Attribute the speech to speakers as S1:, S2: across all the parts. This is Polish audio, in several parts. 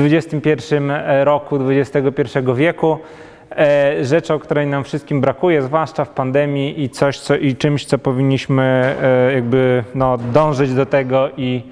S1: XXI roku XXI wieku. Rzecz, o której nam wszystkim brakuje, zwłaszcza w pandemii i czymś, co powinniśmy jakby dążyć do tego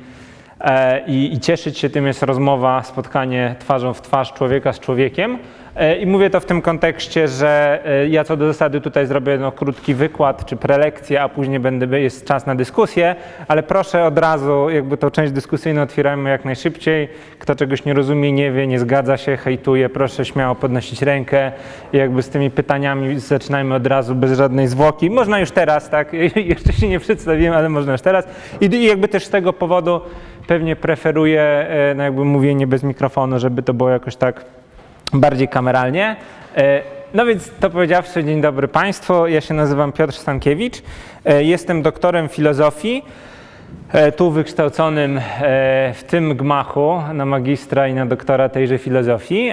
S1: i cieszyć się tym, jest rozmowa, spotkanie twarzą w twarz człowieka z człowiekiem. I mówię to w tym kontekście, że ja co do zasady tutaj zrobię krótki wykład czy prelekcję, a później jest czas na dyskusję, ale proszę od razu jakby tą część dyskusyjną otwierajmy jak najszybciej. Kto czegoś nie rozumie, nie wie, nie zgadza się, hejtuje, proszę śmiało podnosić rękę i jakby z tymi pytaniami zaczynajmy od razu bez żadnej zwłoki. Można już teraz, tak? Jeszcze się nie przedstawiłem, ale można już teraz. I jakby też z tego powodu pewnie preferuję jakby mówienie bez mikrofonu, żeby to było jakoś tak bardziej kameralnie. No więc to powiedziawszy, dzień dobry Państwu, ja się nazywam Piotr Stankiewicz, jestem doktorem filozofii, tu wykształconym w tym gmachu na magistra i na doktora tejże filozofii.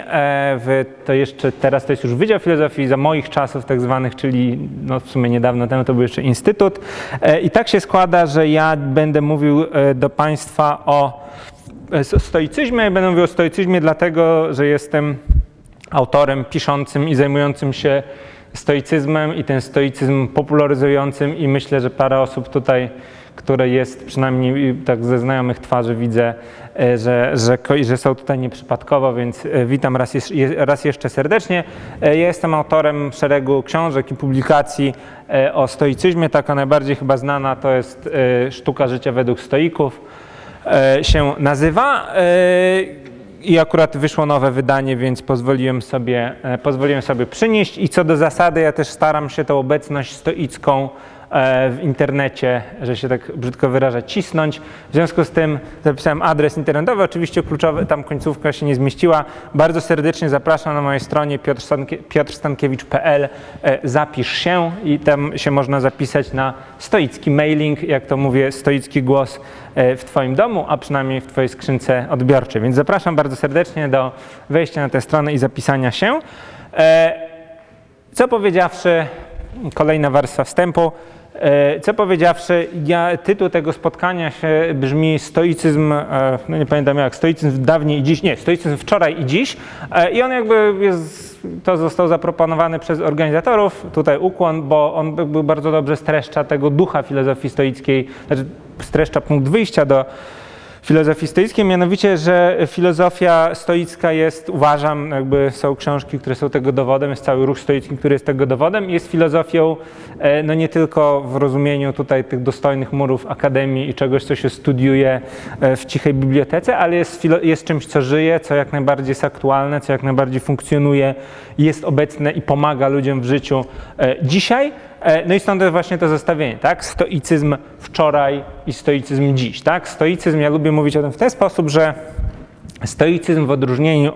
S1: Teraz to jest już Wydział Filozofii za moich czasów tak zwanych, czyli w sumie niedawno temu to był jeszcze Instytut. I tak się składa, że ja będę mówił do Państwa o stoicyzmie. Będę mówił o stoicyzmie dlatego, że jestem autorem piszącym i zajmującym się stoicyzmem i ten stoicyzm popularyzującym i myślę, że parę osób tutaj, które jest przynajmniej tak ze znajomych twarzy widzę, że są tutaj nieprzypadkowo, więc witam raz jeszcze serdecznie. Ja jestem autorem szeregu książek i publikacji o stoicyzmie. Taka najbardziej chyba znana to jest Sztuka życia według stoików się nazywa. I akurat wyszło nowe wydanie, więc pozwoliłem sobie przynieść. I co do zasady, ja też staram się tą obecność stoicką w internecie, że się tak brzydko wyraża, cisnąć. W związku z tym zapisałem adres internetowy, oczywiście kluczowy, tam końcówka się nie zmieściła. Bardzo serdecznie zapraszam na mojej stronie piotrstankiewicz.pl. Zapisz się i tam się można zapisać na stoicki mailing, jak to mówię, stoicki głos w Twoim domu, a przynajmniej w Twojej skrzynce odbiorczej. Więc zapraszam bardzo serdecznie do wejścia na tę stronę i zapisania się. Co powiedziawszy, kolejna warstwa wstępu. Co powiedziawszy, tytuł tego spotkania się brzmi stoicyzm, no nie pamiętam jak, stoicyzm dawniej i dziś, nie, stoicyzm wczoraj i dziś. I on jakby to został zaproponowany przez organizatorów, tutaj ukłon, bo on jakby bardzo dobrze streszcza tego ducha filozofii stoickiej, znaczy streszcza punkt wyjścia do filozofii stoickiej, mianowicie, że filozofia stoicka jest, uważam, jakby są książki, które są tego dowodem, jest cały ruch stoicki, który jest tego dowodem, jest filozofią no nie tylko w rozumieniu tutaj tych dostojnych murów akademii i czegoś, co się studiuje w cichej bibliotece, ale jest czymś, co żyje, co jak najbardziej jest aktualne, co jak najbardziej funkcjonuje, jest obecne i pomaga ludziom w życiu dzisiaj. No i stąd właśnie to zestawienie, tak? Stoicyzm wczoraj i stoicyzm dziś, tak? Stoicyzm, ja lubię mówić o tym w ten sposób, że stoicyzm w odróżnieniu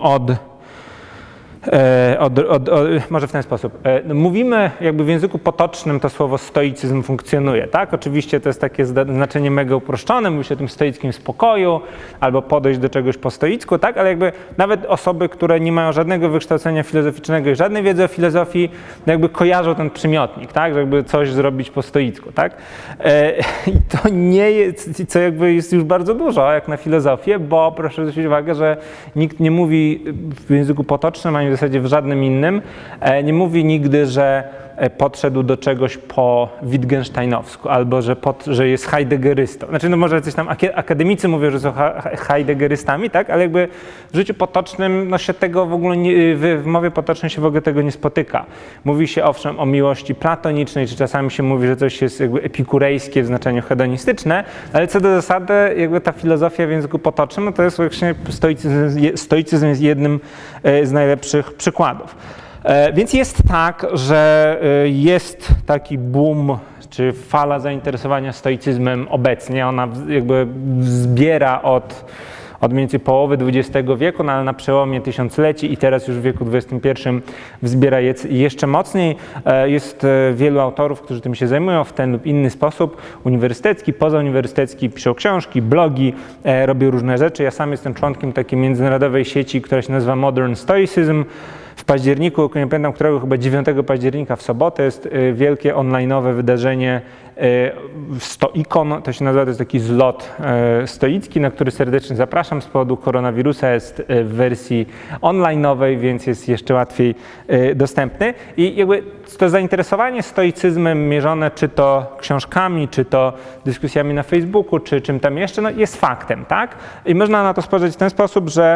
S1: może w ten sposób. Mówimy jakby w języku potocznym to słowo stoicyzm funkcjonuje, tak? Oczywiście to jest takie znaczenie mega uproszczone, mówi się o tym stoickim spokoju albo podejść do czegoś po stoicku, tak? Ale jakby nawet osoby, które nie mają żadnego wykształcenia filozoficznego i żadnej wiedzy o filozofii, jakby kojarzą ten przymiotnik, tak? Że jakby coś zrobić po stoicku, tak? I to nie jest, co jakby jest już bardzo dużo jak na filozofię, bo proszę zwrócić uwagę, że nikt nie mówi w języku potocznym, ani w zasadzie w żadnym innym, nie mówi nigdy, że podszedł do czegoś po Wittgensteinowsku, albo że jest heideggerystą. Znaczy, no może coś tam akademicy mówią, że są heideggerystami, tak? Ale jakby w życiu potocznym no się tego w ogóle w mowie potocznej się w ogóle tego nie spotyka. Mówi się owszem o miłości platonicznej, czy czasami się mówi, że coś jest jakby epikurejskie w znaczeniu hedonistyczne, ale co do zasady jakby ta filozofia w języku potocznym, no to jest właśnie stoicyzm jest jednym z najlepszych przykładów. Więc jest tak, że jest taki boom, czy fala zainteresowania stoicyzmem obecnie. Ona jakby zbiera od mniej więcej połowy XX wieku, no ale na przełomie tysiącleci i teraz już w wieku XXI wzbiera jeszcze mocniej. Jest wielu autorów, którzy tym się zajmują w ten lub inny sposób, uniwersytecki, pozauniwersytecki, piszą książki, blogi, robią różne rzeczy. Ja sam jestem członkiem takiej międzynarodowej sieci, która się nazywa Modern Stoicism. w październiku, nie pamiętam którego, chyba 9 października w sobotę jest wielkie online'owe wydarzenie Stoikon, to się nazywa, to jest taki zlot stoicki, na który serdecznie zapraszam. Z powodu koronawirusa jest w wersji online'owej, więc jest jeszcze łatwiej dostępny. I jakby to zainteresowanie stoicyzmem mierzone czy to książkami, czy to dyskusjami na Facebooku, czy czym tam jeszcze, no jest faktem, tak? I można na to spojrzeć w ten sposób, że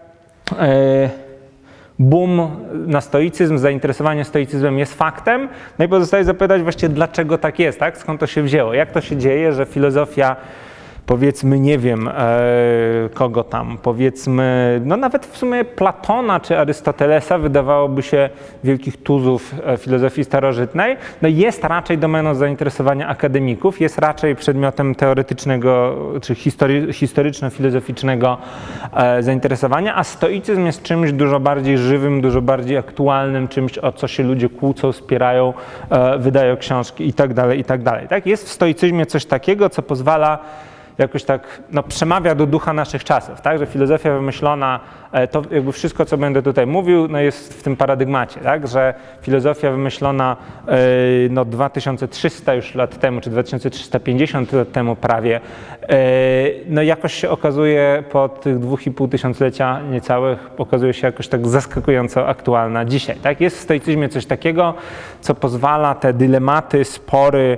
S1: boom na stoicyzm, zainteresowanie stoicyzmem jest faktem. No i pozostaje zapytać właściwie, dlaczego tak jest, tak? Skąd to się wzięło? Jak to się dzieje, że filozofia, powiedzmy, nie wiem, kogo tam, powiedzmy, no nawet w sumie Platona czy Arystotelesa, wydawałoby się wielkich tuzów filozofii starożytnej, no jest raczej domeną zainteresowania akademików, jest raczej przedmiotem teoretycznego czy historyczno-filozoficznego zainteresowania, a stoicyzm jest czymś dużo bardziej żywym, dużo bardziej aktualnym, czymś, o co się ludzie kłócą, spierają, wydają książki i tak dalej, i tak dalej. Tak? Jest w stoicyzmie coś takiego, co pozwala jakoś tak, no, przemawia do ducha naszych czasów, tak? Że filozofia wymyślona, to jakby wszystko, co będę tutaj mówił, no, jest w tym paradygmacie, tak? Że filozofia wymyślona no, 2300 już lat temu, czy 2350 lat temu prawie, no jakoś się okazuje po tych 2,5 tysiąclecia niecałych, okazuje się jakoś tak zaskakująco aktualna dzisiaj, tak? Jest w stoicyzmie coś takiego, co pozwala te dylematy, spory,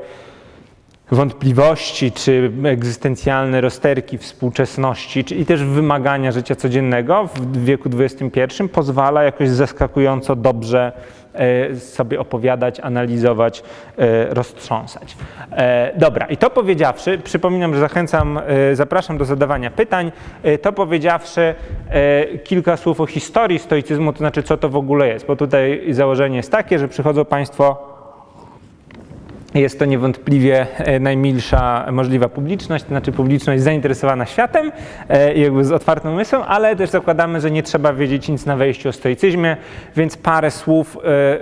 S1: wątpliwości czy egzystencjalne rozterki współczesności, i też wymagania życia codziennego w wieku XXI pozwala jakoś zaskakująco dobrze sobie opowiadać, analizować, roztrząsać. Dobra, i to powiedziawszy, przypominam, że zapraszam do zadawania pytań. To powiedziawszy, kilka słów o historii stoicyzmu, to znaczy co to w ogóle jest, bo tutaj założenie jest takie, że przychodzą Państwo. Jest to niewątpliwie najmilsza możliwa publiczność, to znaczy publiczność zainteresowana światem i jakby z otwartym umysłem, ale też zakładamy, że nie trzeba wiedzieć nic na wejściu o stoicyzmie, więc parę słów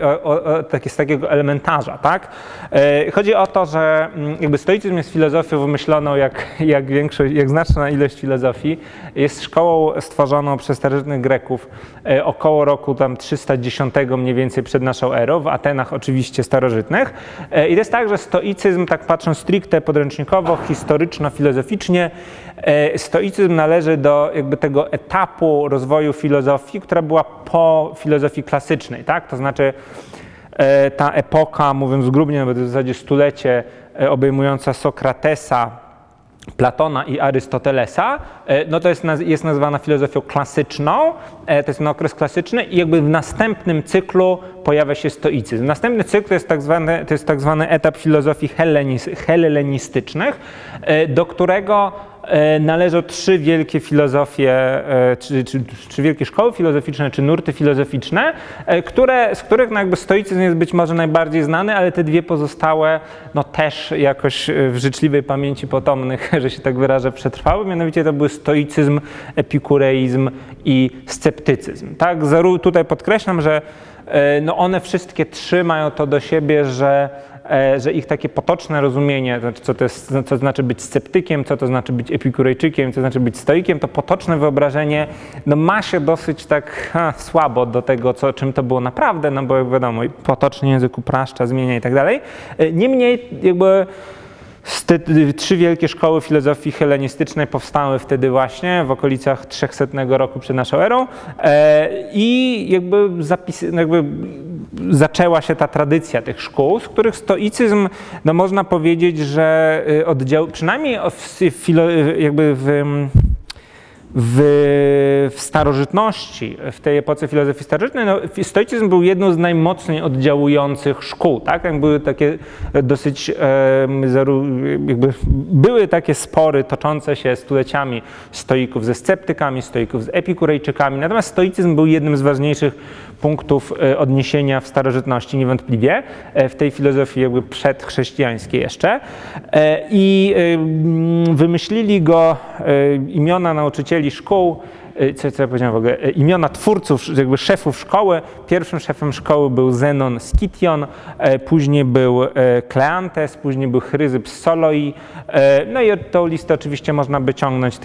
S1: z takiego elementarza, tak? Chodzi o to, że jakby stoicyzm jest filozofią wymyśloną jak znaczna ilość filozofii. Jest szkołą stworzoną przez starożytnych Greków około roku tam 310 mniej więcej przed naszą erą, w Atenach oczywiście starożytnych. I to jest tak, że stoicyzm, tak patrząc stricte podręcznikowo, historyczno-filozoficznie, stoicyzm należy do jakby tego etapu rozwoju filozofii, która była po filozofii klasycznej, tak? To znaczy ta epoka, mówiąc zgrubnie, nawet w zasadzie stulecie, obejmująca Sokratesa, Platona i Arystotelesa, no to jest nazywana filozofią klasyczną, to jest ten okres klasyczny i jakby w następnym cyklu pojawia się stoicyzm. Następny cykl to jest tak zwany etap filozofii hellenistycznych, do którego należą trzy wielkie filozofie, trzy wielkie szkoły filozoficzne, czy nurty filozoficzne, z których no jakby stoicyzm jest być może najbardziej znany, ale te dwie pozostałe no też jakoś w życzliwej pamięci potomnych, że się tak wyrażę, przetrwały. Mianowicie to były stoicyzm, epikureizm i sceptycyzm. Tak? Tutaj podkreślam, że no one wszystkie trzy mają to do siebie, że ich takie potoczne rozumienie, co to znaczy być sceptykiem, co to znaczy być epikurejczykiem, co to znaczy być stoikiem, to potoczne wyobrażenie no ma się dosyć tak słabo do tego, czym to było naprawdę, no bo jak wiadomo, potoczny język upraszcza, zmienia i tak dalej. Niemniej jakby te trzy wielkie szkoły filozofii hellenistycznej powstały wtedy właśnie w okolicach 300 roku przed naszą erą i jakby zaczęła się ta tradycja tych szkół, z których stoicyzm, no można powiedzieć, że przynajmniej w starożytności, w tej epoce filozofii starożytnej, no, stoicyzm był jedną z najmocniej oddziałujących szkół, tak? Były takie dosyć, były takie spory toczące się stuleciami stoików ze sceptykami, stoików z epikurejczykami, natomiast stoicyzm był jednym z ważniejszych punktów odniesienia w starożytności, niewątpliwie, w tej filozofii jakby przedchrześcijańskiej jeszcze. I wymyślili go imiona nauczycieli szkół co ja powiedziałem w ogóle, imiona twórców, jakby szefów szkoły. Pierwszym szefem szkoły był Zenon z Kition, później był Kleantes, później był Chryzyp z Soloi. No i tą listę oczywiście można by ciągnąć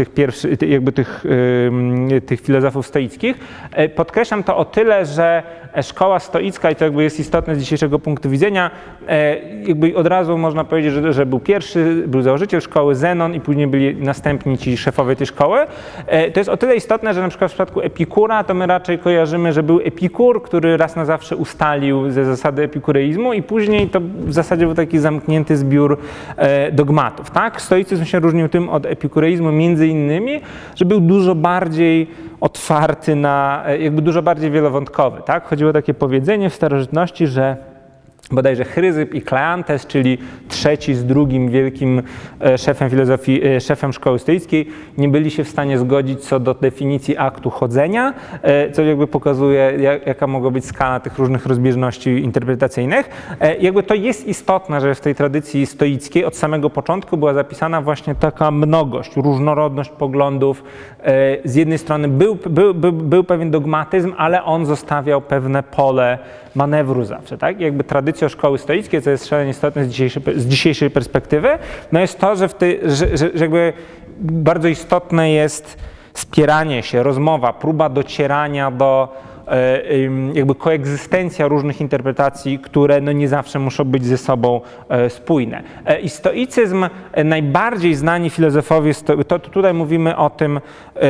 S1: tych filozofów stoickich. Podkreślam to o tyle, że szkoła stoicka, i to jakby jest istotne z dzisiejszego punktu widzenia, jakby od razu można powiedzieć, że był pierwszy, był założyciel szkoły Zenon i później byli następni ci szefowie tej szkoły. To jest o tyle istotne, że na przykład w przypadku Epikura to my raczej kojarzymy, że był Epikur, który raz na zawsze ustalił ze zasady epikureizmu i później to w zasadzie był taki zamknięty zbiór dogmatów. Tak? Stoicyzm się różnił tym od epikureizmu między innymi, że był dużo bardziej otwarty na, jakby dużo bardziej wielowątkowy. Tak? Chodziło o takie powiedzenie w starożytności, że bodajże Chryzyp i Kleantes, czyli trzeci z drugim wielkim szefem filozofii, szefem szkoły stoickiej, nie byli się w stanie zgodzić co do definicji aktu chodzenia, co jakby pokazuje, jaka mogła być skala tych różnych rozbieżności interpretacyjnych. Jakby to jest istotne, że w tej tradycji stoickiej od samego początku była zapisana właśnie taka mnogość, różnorodność poglądów. Z jednej strony był pewien dogmatyzm, ale on zostawiał pewne pole manewru zawsze, tak? Jakby tradycją szkoły stoickiej, co jest szalenie istotne z dzisiejszej perspektywy, no jest to, że jakby bardzo istotne jest spieranie się, rozmowa, próba docierania do jakby koegzystencja różnych interpretacji, które no nie zawsze muszą być ze sobą spójne. I stoicyzm, najbardziej znani filozofowie, to tutaj mówimy o tym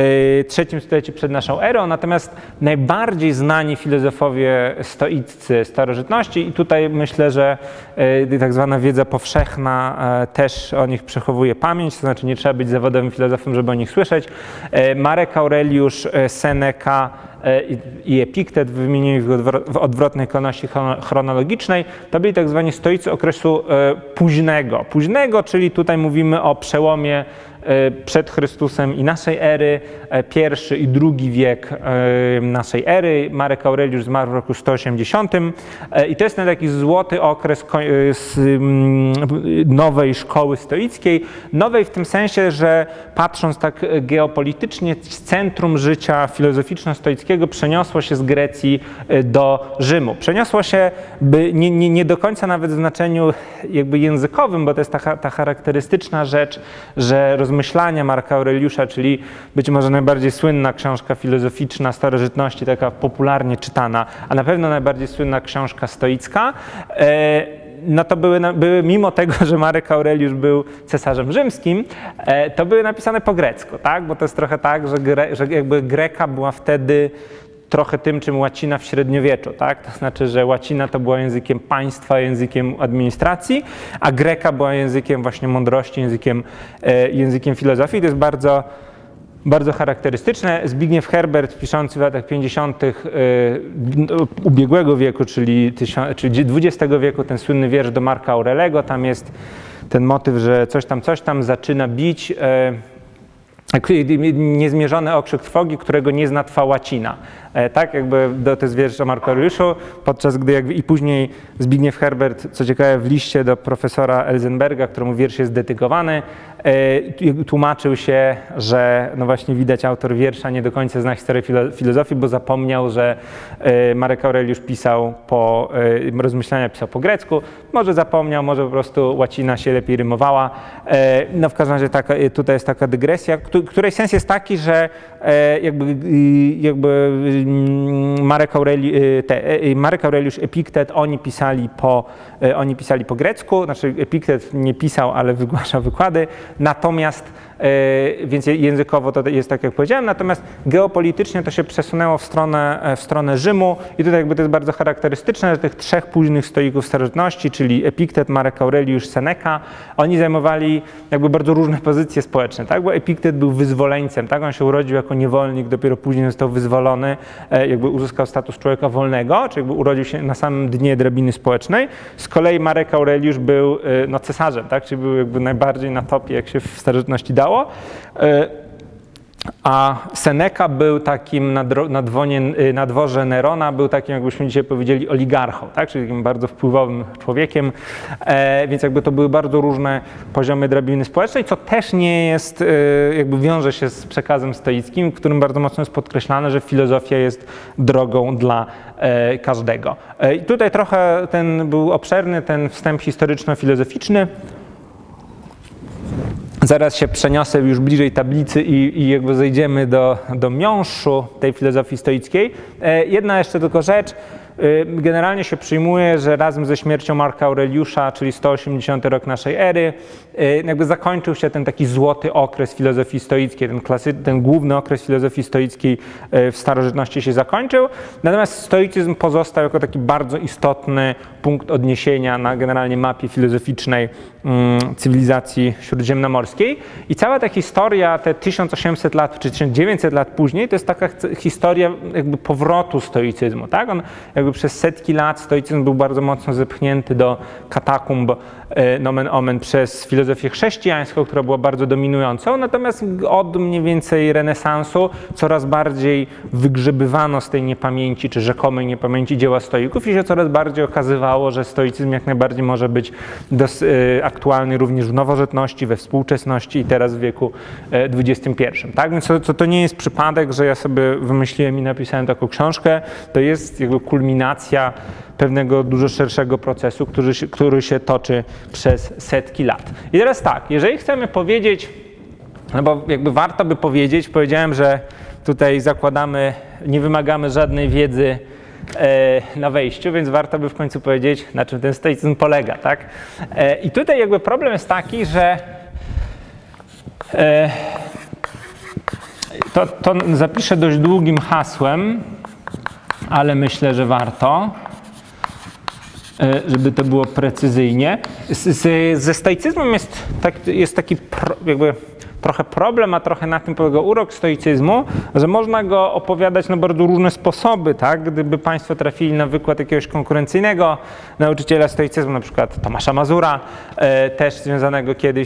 S1: III stuleciu przed naszą erą, natomiast najbardziej znani filozofowie stoiccy starożytności i tutaj myślę, że tak zwana wiedza powszechna też o nich przechowuje pamięć, to znaczy nie trzeba być zawodowym filozofem, żeby o nich słyszeć. Marek Aureliusz, Seneca i Epiktet, wymienieni w odwrotnej kolejności chronologicznej, to byli tak zwani stoicy okresu późnego, czyli tutaj mówimy o przełomie przed Chrystusem i naszej ery, I i II wiek naszej ery. Marek Aureliusz zmarł w roku 180 i to jest ten taki złoty okres nowej szkoły stoickiej. Nowej w tym sensie, że patrząc tak geopolitycznie, centrum życia filozoficzno-stoickiego przeniosło się z Grecji do Rzymu. Przeniosło się nie do końca nawet w znaczeniu jakby językowym, bo to jest ta charakterystyczna rzecz, że rozmyślania Marka Aureliusza, czyli być może najbardziej słynna książka filozoficzna starożytności, taka popularnie czytana, a na pewno najbardziej słynna książka stoicka, no to były mimo tego, że Marek Aureliusz był cesarzem rzymskim, to były napisane po grecku, tak? Bo to jest trochę tak, że jakby Greka była wtedy trochę tym, czym łacina w średniowieczu, tak? To znaczy, że łacina to była językiem państwa, językiem administracji, a Greka była językiem właśnie mądrości, językiem filozofii. To jest bardzo, bardzo charakterystyczne. Zbigniew Herbert, piszący w latach 50. Ubiegłego wieku, czyli XX wieku, ten słynny wiersz do Marka Aurelego, tam jest ten motyw, że coś tam zaczyna bić, niezmierzony okrzyk trwogi, którego nie zna twa łacina. Tak, jakby to jest wiersz o Marku Aureliuszu, podczas gdy jakby i później Zbigniew Herbert, co ciekawe, w liście do profesora Elzenberga, któremu wiersz jest dedykowany, tłumaczył się, że no właśnie widać, autor wiersza nie do końca zna historię filozofii, bo zapomniał, że Marek Aureliusz pisał rozmyślania pisał po grecku. Może zapomniał, może po prostu łacina się lepiej rymowała. No w każdym razie tutaj jest taka dygresja, której sens jest taki, że jakby Marek Aureliusz, Epiktet, oni pisali po grecku, znaczy Epiktet nie pisał, ale wygłaszał wykłady, natomiast więc językowo to jest tak, jak powiedziałem, natomiast geopolitycznie to się przesunęło w stronę Rzymu i tutaj jakby to jest bardzo charakterystyczne, że tych trzech późnych stoików starożytności, czyli Epiktet, Marek Aureliusz, Seneca, oni zajmowali jakby bardzo różne pozycje społeczne, tak? Bo Epiktet był wyzwoleńcem, tak? On się urodził jako niewolnik, dopiero później został wyzwolony, jakby uzyskał status człowieka wolnego, czyli jakby urodził się na samym dnie drabiny społecznej. Z kolei Marek Aureliusz był no, cesarzem, tak? Czyli był jakby najbardziej na topie, jak się w starożytności dało. A Seneca był takim na dworze Nerona, był takim, jakbyśmy dzisiaj powiedzieli, oligarchą, tak? Czyli takim bardzo wpływowym człowiekiem, więc jakby to były bardzo różne poziomy drabiny społecznej, co też nie jest, jakby wiąże się z przekazem stoickim, w którym bardzo mocno jest podkreślane, że filozofia jest drogą dla każdego. I tutaj trochę był obszerny ten wstęp historyczno-filozoficzny. Zaraz się przeniosę już bliżej tablicy i jakby zejdziemy do miąższu tej filozofii stoickiej. Jedna jeszcze tylko rzecz. Generalnie się przyjmuje, że razem ze śmiercią Marka Aureliusza, czyli 180 rok naszej ery, jakby zakończył się ten taki złoty okres filozofii stoickiej, ten główny okres filozofii stoickiej w starożytności się zakończył. Natomiast stoicyzm pozostał jako taki bardzo istotny punkt odniesienia na generalnie mapie filozoficznej cywilizacji śródziemnomorskiej. I cała ta historia, te 1800 lat czy 1900 lat później, to jest taka historia jakby powrotu stoicyzmu, tak? On jakby przez setki lat stoicyzm był bardzo mocno zepchnięty do katakumb, nomen omen, przez filozofię chrześcijańską, która była bardzo dominującą, natomiast od mniej więcej renesansu coraz bardziej wygrzebywano z tej niepamięci, czy rzekomej niepamięci dzieła stoików i się coraz bardziej okazywało, że stoicyzm jak najbardziej może być aktualny również w nowożytności, we współczesności i teraz w wieku XXI. Tak? Więc to nie jest przypadek, że ja sobie wymyśliłem i napisałem taką książkę, to jest jakby kulminacja pewnego dużo szerszego procesu, który się toczy przez setki lat. I teraz tak, jeżeli chcemy powiedzieć, no bo jakby warto by powiedzieć, powiedziałem, że tutaj zakładamy, nie wymagamy żadnej wiedzy na wejściu, więc warto by w końcu powiedzieć, na czym ten stoicyzm polega, tak? I tutaj jakby problem jest taki, że to zapiszę dość długim hasłem, ale myślę, że warto, żeby to było precyzyjnie. Ze stoicyzmem jest taki jakby trochę problem, a trochę na tym polega urok stoicyzmu, że można go opowiadać na bardzo różne sposoby, tak? Gdyby Państwo trafili na wykład jakiegoś konkurencyjnego nauczyciela stoicyzmu, na przykład Tomasza Mazura, też związanego kiedyś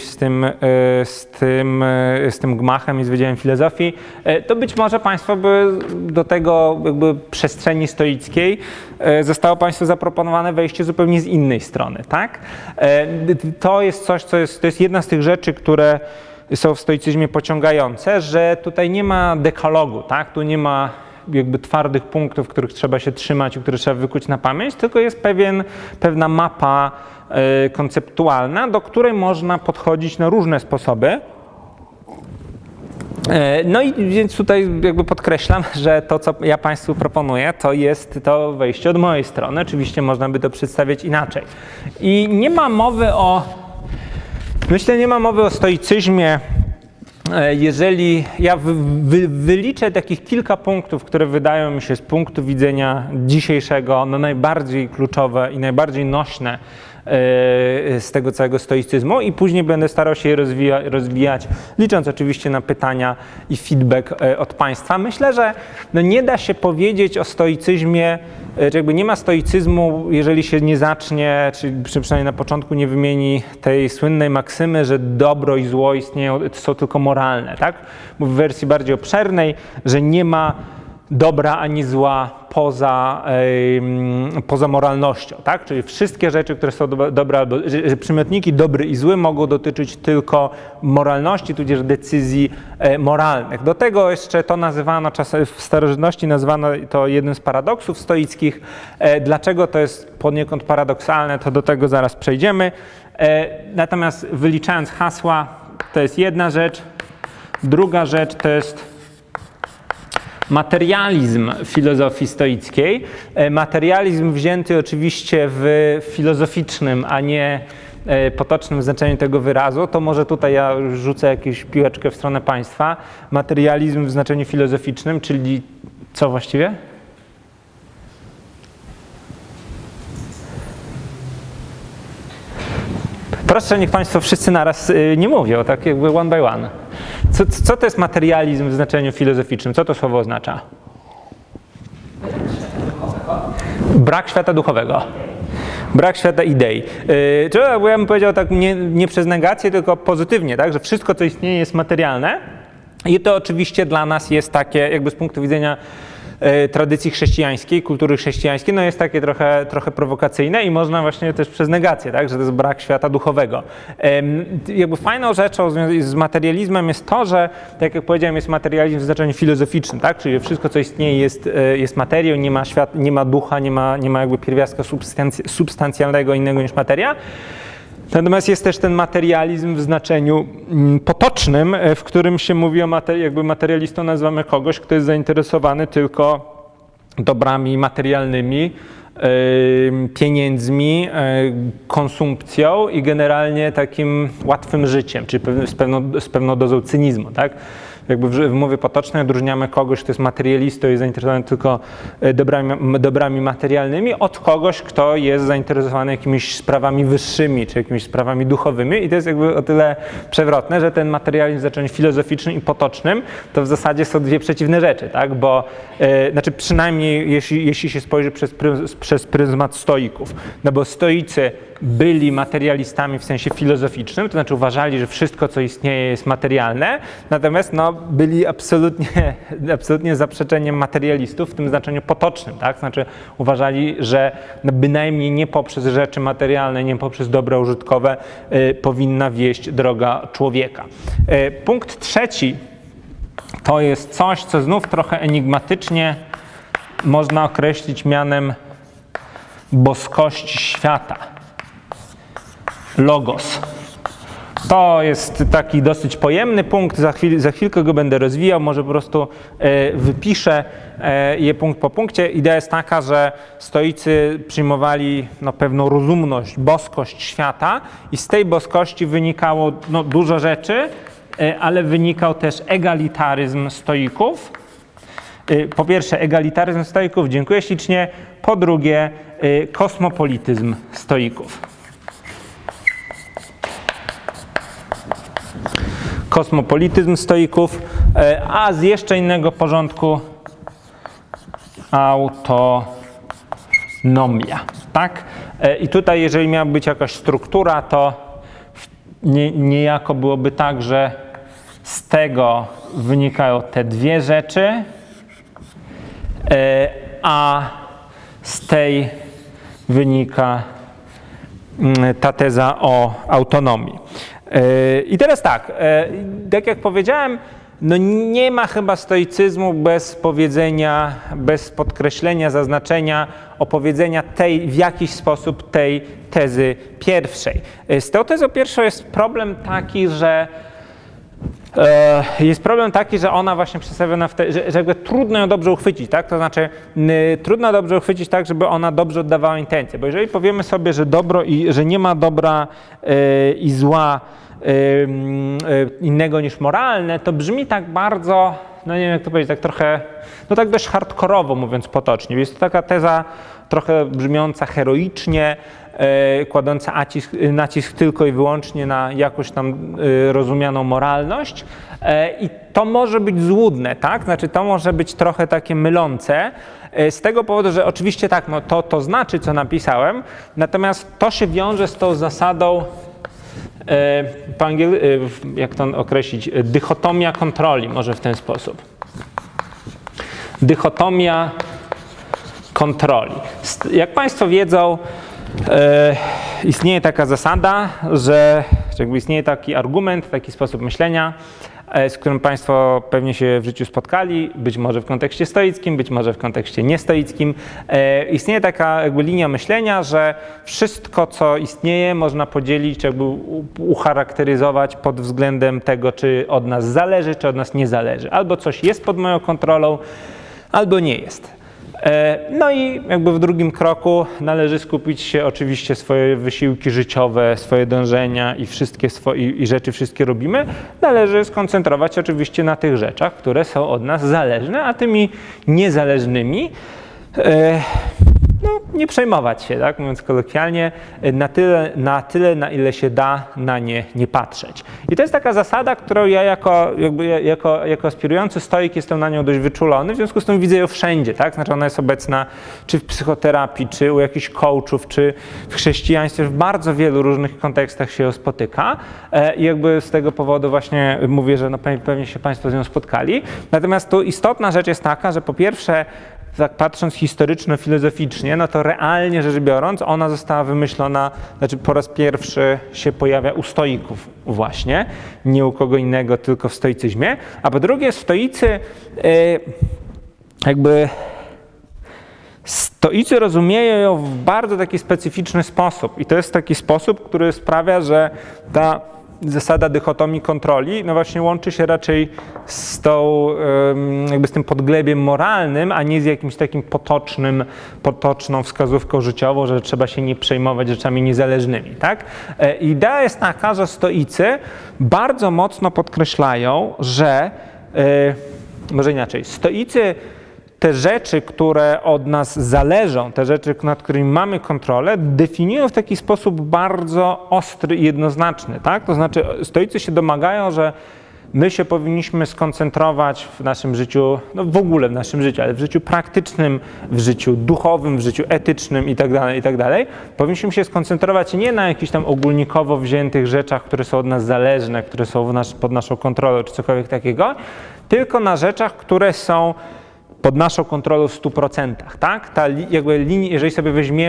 S1: z tym gmachem i z Wydziałem Filozofii, to być może Państwo by do tego jakby przestrzeni stoickiej zostało Państwu zaproponowane wejście zupełnie z innej strony, tak? To jest coś, to jest jedna z tych rzeczy, które są w stoicyzmie pociągające, że tutaj nie ma dekalogu, tak? Tu nie ma jakby twardych punktów, których trzeba się trzymać i które trzeba wykuć na pamięć, tylko jest pewna mapa konceptualna, do której można podchodzić na różne sposoby. No i więc tutaj jakby podkreślam, że to, co ja Państwu proponuję, to jest to wejście od mojej strony. Oczywiście można by to przedstawiać inaczej. I nie ma mowy nie ma mowy o stoicyzmie, jeżeli ja wyliczę takich kilka punktów, które wydają mi się z punktu widzenia dzisiejszego najbardziej kluczowe i najbardziej nośne z tego całego stoicyzmu i później będę starał się je rozwijać, licząc oczywiście na pytania i feedback od Państwa. Myślę, że nie da się powiedzieć o stoicyzmie, czy jakby nie ma stoicyzmu, jeżeli się nie zacznie, czy przynajmniej na początku nie wymieni tej słynnej maksymy, że dobro i zło istnieją, są tylko moralne, tak? Bo w wersji bardziej obszernej, że nie ma dobra ani zła poza moralnością, tak? Czyli wszystkie rzeczy, które są dobre, albo przymiotniki dobry i zły mogą dotyczyć tylko moralności, tudzież decyzji moralnych. Do tego jeszcze to nazywano czasem w starożytności, nazywano to jednym z paradoksów stoickich. Dlaczego to jest poniekąd paradoksalne, to do tego zaraz przejdziemy. Natomiast wyliczając hasła, to jest jedna rzecz. Druga rzecz to jest materializm filozofii stoickiej. Materializm wzięty oczywiście w filozoficznym, a nie potocznym znaczeniu tego wyrazu, to może tutaj ja rzucę jakąś piłeczkę w stronę Państwa. Materializm w znaczeniu filozoficznym, czyli co właściwie? Proszę, niech Państwo wszyscy naraz nie mówią, tak jakby one by one. Co to jest materializm w znaczeniu filozoficznym? Co to słowo oznacza? Brak świata duchowego. Brak świata idei. Bo ja bym powiedział tak nie przez negację, tylko pozytywnie, tak? Że wszystko, co istnieje, jest materialne. I to oczywiście dla nas jest takie, jakby z punktu widzenia tradycji chrześcijańskiej, kultury chrześcijańskiej, no jest takie trochę prowokacyjne i można właśnie też przez negację, tak, że to jest brak świata duchowego. Jakby fajną rzeczą z materializmem jest to, że, tak jak powiedziałem, jest materializm w znaczeniu filozoficznym, tak, czyli wszystko, co istnieje, jest materią, nie ma ducha, nie ma jakby pierwiastka substancjalnego innego niż materia. Natomiast jest też ten materializm w znaczeniu potocznym, w którym się mówi o jakby materialistą nazywamy kogoś, kto jest zainteresowany tylko dobrami materialnymi, pieniędzmi, konsumpcją i generalnie takim łatwym życiem, czyli z pewną dozą cynizmu, tak? Jakby w mowie potocznej odróżniamy kogoś, kto jest materialistą i zainteresowany tylko dobrami materialnymi, od kogoś, kto jest zainteresowany jakimiś sprawami wyższymi, czy jakimiś sprawami duchowymi. I to jest jakby o tyle przewrotne, że ten materializm w znaczeniu filozoficznym i potocznym to w zasadzie są dwie przeciwne rzeczy, tak? Bo, znaczy przynajmniej jeśli się spojrzy przez pryzmat stoików. No bo stoicy byli materialistami w sensie filozoficznym, to znaczy uważali, że wszystko, co istnieje, jest materialne, natomiast no, byli absolutnie zaprzeczeniem materialistów w tym znaczeniu potocznym, tak? Znaczy uważali, że no, bynajmniej nie poprzez rzeczy materialne, nie poprzez dobra użytkowe powinna wieść droga człowieka. Punkt trzeci to jest coś, co znów trochę enigmatycznie można określić mianem boskości świata. Logos. To jest taki dosyć pojemny punkt, za chwilkę go będę rozwijał, może po prostu wypiszę je punkt po punkcie. Idea jest taka, że stoicy przyjmowali no, pewną rozumność, boskość świata i z tej boskości wynikało no, dużo rzeczy, ale wynikał też egalitaryzm stoików. Po pierwsze egalitaryzm stoików, dziękuję ślicznie, po drugie kosmopolityzm stoików. Kosmopolityzm stoików, a z jeszcze innego porządku autonomia, tak? I tutaj, jeżeli miała być jakaś struktura, to niejako byłoby tak, że z tego wynikają te dwie rzeczy, a z tej wynika ta teza o autonomii. I teraz tak jak powiedziałem, no nie ma chyba stoicyzmu bez powiedzenia, bez podkreślenia, zaznaczenia, opowiedzenia w jakiś sposób tej tezy pierwszej. Z tą tezą pierwszą jest problem taki, że ona właśnie przedstawiona że jakby trudno ją dobrze uchwycić, tak? To znaczy trudno dobrze uchwycić tak, żeby ona dobrze oddawała intencje, bo jeżeli powiemy sobie, że dobro i że nie ma dobra i zła innego niż moralne, to brzmi tak bardzo, no nie wiem jak to powiedzieć, tak trochę, no tak dość hardkorowo mówiąc potocznie. Jest to taka teza trochę brzmiąca heroicznie, kładąca nacisk tylko i wyłącznie na jakąś tam rozumianą moralność i to może być złudne, tak? Znaczy to może być trochę takie mylące z tego powodu, że oczywiście tak, no to znaczy co napisałem, natomiast to się wiąże z tą zasadą jak to określić, dychotomia kontroli, może w ten sposób. Dychotomia kontroli. Jak Państwo wiedzą, istnieje taka zasada, że jakby istnieje taki argument, taki sposób myślenia, z którym Państwo pewnie się w życiu spotkali, być może w kontekście stoickim, być może w kontekście niestoickim. Istnieje taka jakby linia myślenia, że wszystko, co istnieje, można podzielić, jakby ucharakteryzować pod względem tego, czy od nas zależy, czy od nas nie zależy. Albo coś jest pod moją kontrolą, albo nie jest. No i jakby w drugim kroku należy skupić się oczywiście swoje wysiłki życiowe, swoje dążenia i wszystkie rzeczy wszystkie robimy. Należy skoncentrować oczywiście na tych rzeczach, które są od nas zależne, a tymi niezależnymi no, nie przejmować się, tak, mówiąc kolokwialnie, na tyle, na ile się da, na nie patrzeć. I to jest taka zasada, którą ja jako aspirujący stoik jestem na nią dość wyczulony, w związku z tym widzę ją wszędzie, tak, znaczy ona jest obecna czy w psychoterapii, czy u jakichś coachów, czy w chrześcijaństwie, w bardzo wielu różnych kontekstach się ją spotyka i jakby z tego powodu właśnie mówię, że no pewnie się Państwo z nią spotkali. Natomiast tu istotna rzecz jest taka, że po pierwsze, tak patrząc historyczno-filozoficznie, no to realnie rzecz biorąc, ona została wymyślona, znaczy po raz pierwszy się pojawia u stoików właśnie, nie u kogo innego, tylko w stoicyzmie. A po drugie, stoicy stoicy rozumieją ją w bardzo taki specyficzny sposób i to jest taki sposób, który sprawia, że ta zasada dychotomii kontroli, no właśnie łączy się raczej z z tym podglebiem moralnym, a nie z jakimś takim potoczną wskazówką życiową, że trzeba się nie przejmować rzeczami niezależnymi, tak? Idea jest taka, że stoicy bardzo mocno podkreślają, że, może inaczej, stoicy te rzeczy, które od nas zależą, te rzeczy, nad którymi mamy kontrolę, definiują w taki sposób bardzo ostry i jednoznaczny, tak? To znaczy stoicy się domagają, że my się powinniśmy skoncentrować w naszym życiu, no w ogóle w naszym życiu, ale w życiu praktycznym, w życiu duchowym, w życiu etycznym i tak dalej, powinniśmy się skoncentrować nie na jakichś tam ogólnikowo wziętych rzeczach, które są od nas zależne, które są pod naszą kontrolą czy cokolwiek takiego, tylko na rzeczach, które są pod naszą kontrolą w 100%, tak? Ta jakby linia, jeżeli sobie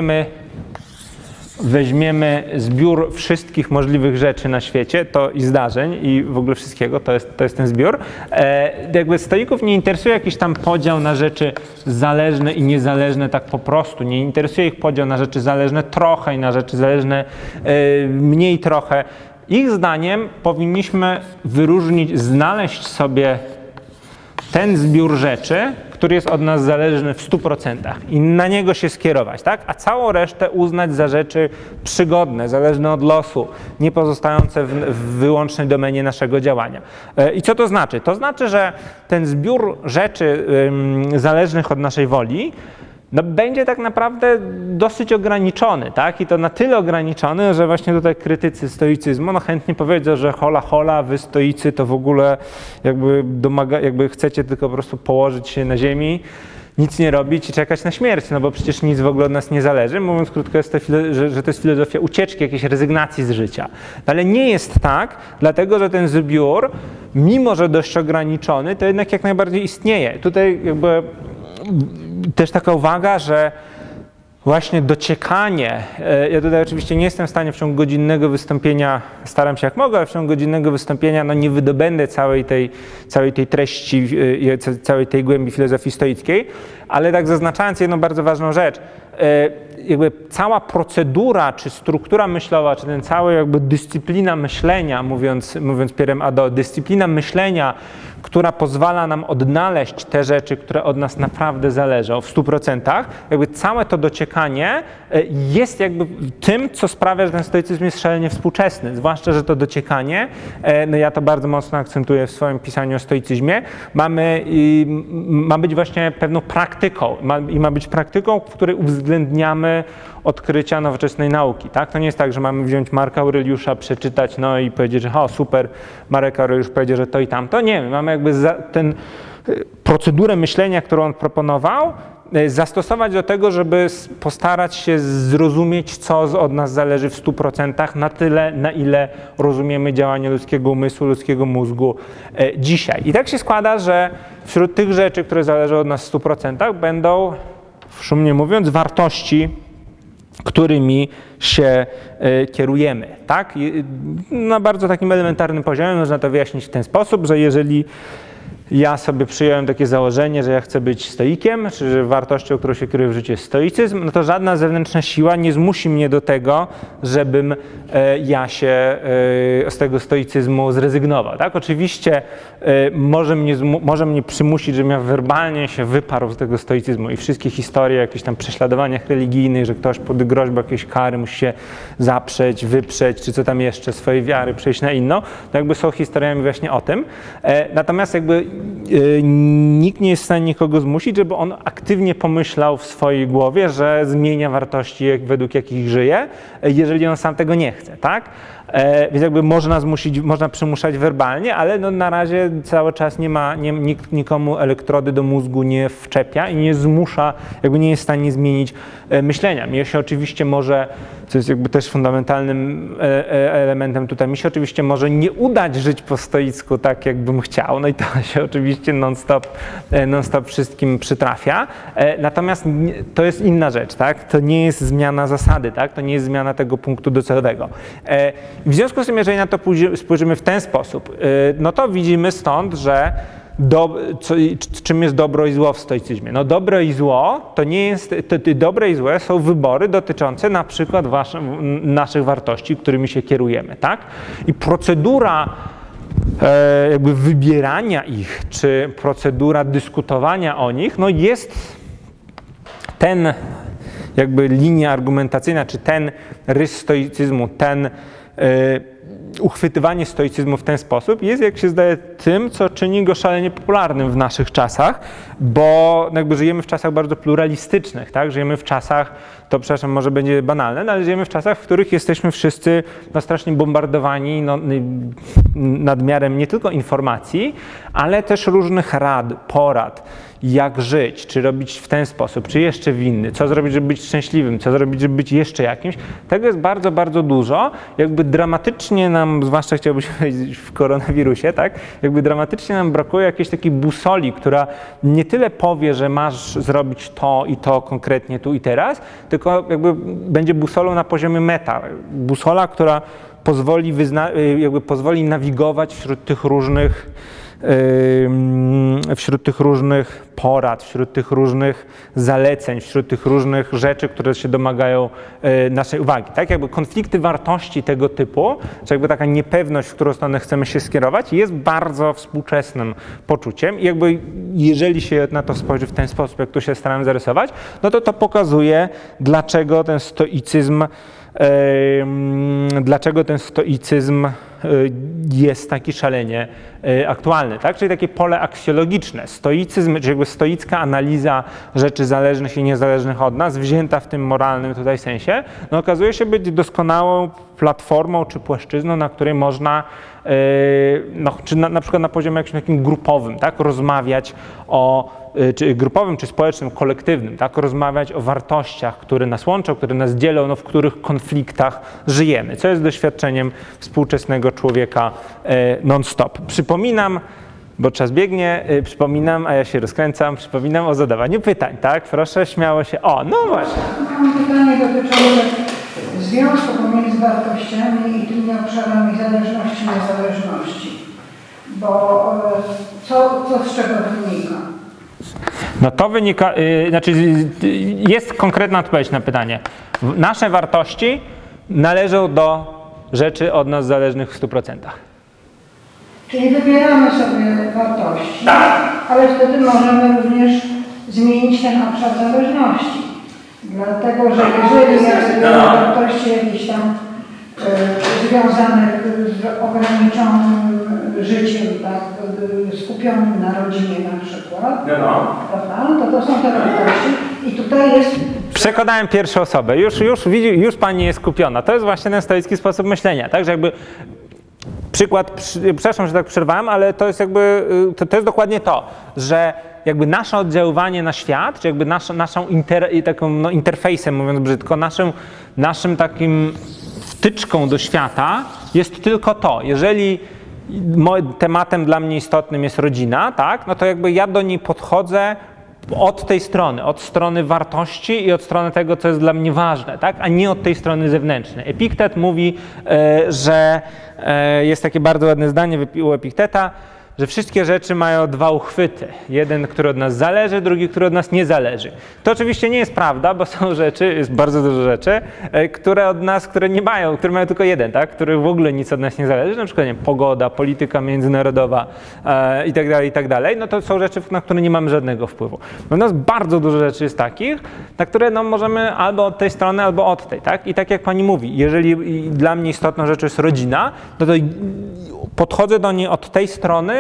S1: weźmiemy zbiór wszystkich możliwych rzeczy na świecie to i zdarzeń i w ogóle wszystkiego, to jest ten zbiór. Jakby stoików nie interesuje jakiś tam podział na rzeczy zależne i niezależne tak po prostu. Nie interesuje ich podział na rzeczy zależne trochę i na rzeczy zależne mniej trochę. Ich zdaniem powinniśmy wyróżnić, znaleźć sobie ten zbiór rzeczy, który jest od nas zależny w 100% i na niego się skierować, tak? A całą resztę uznać za rzeczy przygodne, zależne od losu, nie pozostające w wyłącznej domenie naszego działania. I co to znaczy? To znaczy, że ten zbiór rzeczy zależnych od naszej woli no, będzie tak naprawdę dosyć ograniczony, tak? I to na tyle ograniczony, że właśnie tutaj krytycy stoicyzmu no chętnie powiedzą, że hola, wy stoicy to w ogóle jakby chcecie tylko po prostu położyć się na ziemi, nic nie robić i czekać na śmierć, no bo przecież nic w ogóle od nas nie zależy. Mówiąc krótko, że to jest filozofia ucieczki, jakiejś rezygnacji z życia. Ale nie jest tak, dlatego że ten zbiór, mimo że dość ograniczony, to jednak jak najbardziej istnieje. Tutaj jakby też taka uwaga, że właśnie dociekanie, ja tutaj oczywiście nie jestem w stanie w ciągu godzinnego wystąpienia, staram się jak mogę, ale w ciągu godzinnego wystąpienia no nie wydobędę całej tej treści, całej tej głębi filozofii stoickiej, ale tak zaznaczając jedną bardzo ważną rzecz, jakby cała procedura, czy struktura myślowa, czy ten cały jakby dyscyplina myślenia, mówiąc Pierrem Hadot, dyscyplina myślenia, która pozwala nam odnaleźć te rzeczy, które od nas naprawdę zależą w 100%, jakby całe to dociekanie jest jakby tym, co sprawia, że ten stoicyzm jest szalenie współczesny. Zwłaszcza, że to dociekanie, no ja to bardzo mocno akcentuję w swoim pisaniu o stoicyzmie, ma być właśnie pewną praktyką i ma być praktyką, w której uwzględniamy odkrycia nowoczesnej nauki, tak? To nie jest tak, że mamy wziąć Marka Aureliusza, przeczytać, no i powiedzieć, że super, Marek Aureliusz powiedział, że to i tamto. Nie, my mamy jakby procedurę myślenia, którą on proponował, zastosować do tego, żeby postarać się zrozumieć, co od nas zależy w 100%, na tyle, na ile rozumiemy działanie ludzkiego umysłu, ludzkiego mózgu dzisiaj. I tak się składa, że wśród tych rzeczy, które zależą od nas w 100%, będą, szumnie mówiąc, wartości, którymi się kierujemy, tak? Na bardzo takim elementarnym poziomie można to wyjaśnić w ten sposób, że jeżeli ja sobie przyjąłem takie założenie, że ja chcę być stoikiem, czy że wartością, którą się kieruje w życiu jest stoicyzm, no to żadna zewnętrzna siła nie zmusi mnie do tego, żebym ja się z tego stoicyzmu zrezygnował. Tak? Oczywiście może mnie przymusić, żebym ja werbalnie się wyparł z tego stoicyzmu i wszystkie historie o jakichś tam prześladowaniach religijnych, że ktoś pod groźbą jakiejś kary musi się zaprzeć, wyprzeć, czy co tam jeszcze, swojej wiary przejść na inną, to jakby są historiami właśnie o tym. Natomiast jakby nikt nie jest w stanie nikogo zmusić, żeby on aktywnie pomyślał w swojej głowie, że zmienia wartości, według jakich żyje, jeżeli on sam tego nie chce, tak? Więc jakby można zmusić, można przymuszać werbalnie, ale no na razie cały czas nikt nikomu elektrody do mózgu nie wczepia i nie zmusza, jakby nie jest w stanie zmienić myślenia. Mnie się oczywiście może, co jest jakby też fundamentalnym elementem tutaj, mi się oczywiście może nie udać żyć po stoicku tak, jakbym chciał, no i to się oczywiście non-stop wszystkim przytrafia, natomiast to jest inna rzecz, tak? To nie jest zmiana zasady, tak? To nie jest zmiana tego punktu docelowego. W związku z tym, jeżeli na to spojrzymy w ten sposób, no to widzimy stąd, że czym jest dobro i zło w stoicyzmie? No dobro i zło to nie jest, dobre i złe są wybory dotyczące na przykład naszych wartości, którymi się kierujemy, tak? I procedura jakby wybierania ich, czy procedura dyskutowania o nich, no jest ten jakby linia argumentacyjna, czy ten rys stoicyzmu, uchwytywanie stoicyzmu w ten sposób jest, jak się zdaje, tym, co czyni go szalenie popularnym w naszych czasach, bo jakby żyjemy w czasach bardzo pluralistycznych, tak? Żyjemy w czasach, to przepraszam, może będzie banalne, no ale żyjemy w czasach, w których jesteśmy wszyscy no, strasznie bombardowani nadmiarem nie tylko informacji, ale też różnych rad, porad, jak żyć, czy robić w ten sposób, czy jeszcze w inny, co zrobić, żeby być szczęśliwym, co zrobić, żeby być jeszcze jakimś. Tego jest bardzo, bardzo dużo. Jakby dramatycznie nam, zwłaszcza chciałbym się powiedzieć w koronawirusie, tak? Jakby dramatycznie nam brakuje jakiejś takiej busoli, która nie tyle powie, że masz zrobić to i to konkretnie tu i teraz, tylko jakby będzie busolą na poziomie meta. Busola, która pozwoli nawigować wśród tych różnych porad, wśród tych różnych zaleceń, wśród tych różnych rzeczy, które się domagają naszej uwagi. Tak jakby konflikty wartości tego typu, czy jakby taka niepewność, w którą stronę chcemy się skierować, jest bardzo współczesnym poczuciem i jakby jeżeli się na to spojrzy w ten sposób, jak tu się starałem zarysować, no to pokazuje, dlaczego ten stoicyzm jest taki szalenie aktualny, tak? Czyli takie pole aksjologiczne. Stoicyzm, czyli jakby stoicka analiza rzeczy zależnych i niezależnych od nas, wzięta w tym moralnym tutaj sensie, no okazuje się być doskonałą platformą czy płaszczyzną, na której można, czy na przykład na poziomie jakimś takim grupowym, tak? Rozmawiać czy grupowym, czy społecznym, kolektywnym, tak? Rozmawiać o wartościach, które nas łączą, które nas dzielą, no, w których konfliktach żyjemy, co jest doświadczeniem współczesnego człowieka non-stop. Przypominam, bo czas biegnie, a ja się rozkręcam, przypominam o zadawaniu pytań, tak? Proszę, śmiało się. O, no właśnie.
S2: Mam pytanie dotyczące związku pomiędzy wartościami i tymi obszarami zależności i niezależności. Bo co z czego wynika?
S1: No to wynika, jest konkretna odpowiedź na pytanie. Nasze wartości należą do rzeczy od nas zależnych w 100%.
S2: Czyli wybieramy sobie wartości, ale wtedy możemy również zmienić ten obszar zależności. Dlatego, że jeżeli ja wybieram wartości jakieś tam związanych z ograniczonym życiem, tak, skupionym na rodzinie na przykład, prawda? To są te wartości i tutaj jest...
S1: Przekonałem pierwszą osobę, już pani jest skupiona. To jest właśnie ten stoicki sposób myślenia, tak, że jakby przykład, przepraszam, że tak przerwałem, ale to jest jakby, to jest dokładnie to, że jakby nasze oddziaływanie na świat, czy jakby naszą taką interfejsem, mówiąc brzydko, naszym takim wtyczką do świata jest tylko to. Jeżeli tematem dla mnie istotnym jest rodzina, tak, no to jakby ja do niej podchodzę od tej strony, od strony wartości i od strony tego, co jest dla mnie ważne, tak, a nie od tej strony zewnętrznej. Epiktet mówi, że jest takie bardzo ładne zdanie u Epikteta, że wszystkie rzeczy mają dwa uchwyty. Jeden, który od nas zależy, drugi, który od nas nie zależy. To oczywiście nie jest prawda, bo są rzeczy, jest bardzo dużo rzeczy, które mają tylko jeden, tak? Których w ogóle nic od nas nie zależy, na przykład nie wiem, pogoda, polityka międzynarodowa i tak dalej. No to są rzeczy, na które nie mamy żadnego wpływu. Natomiast bardzo dużo rzeczy jest takich, na które no, możemy albo od tej strony, albo od tej, tak? I tak jak pani mówi, jeżeli dla mnie istotną rzeczą jest rodzina, no to podchodzę do niej od tej strony,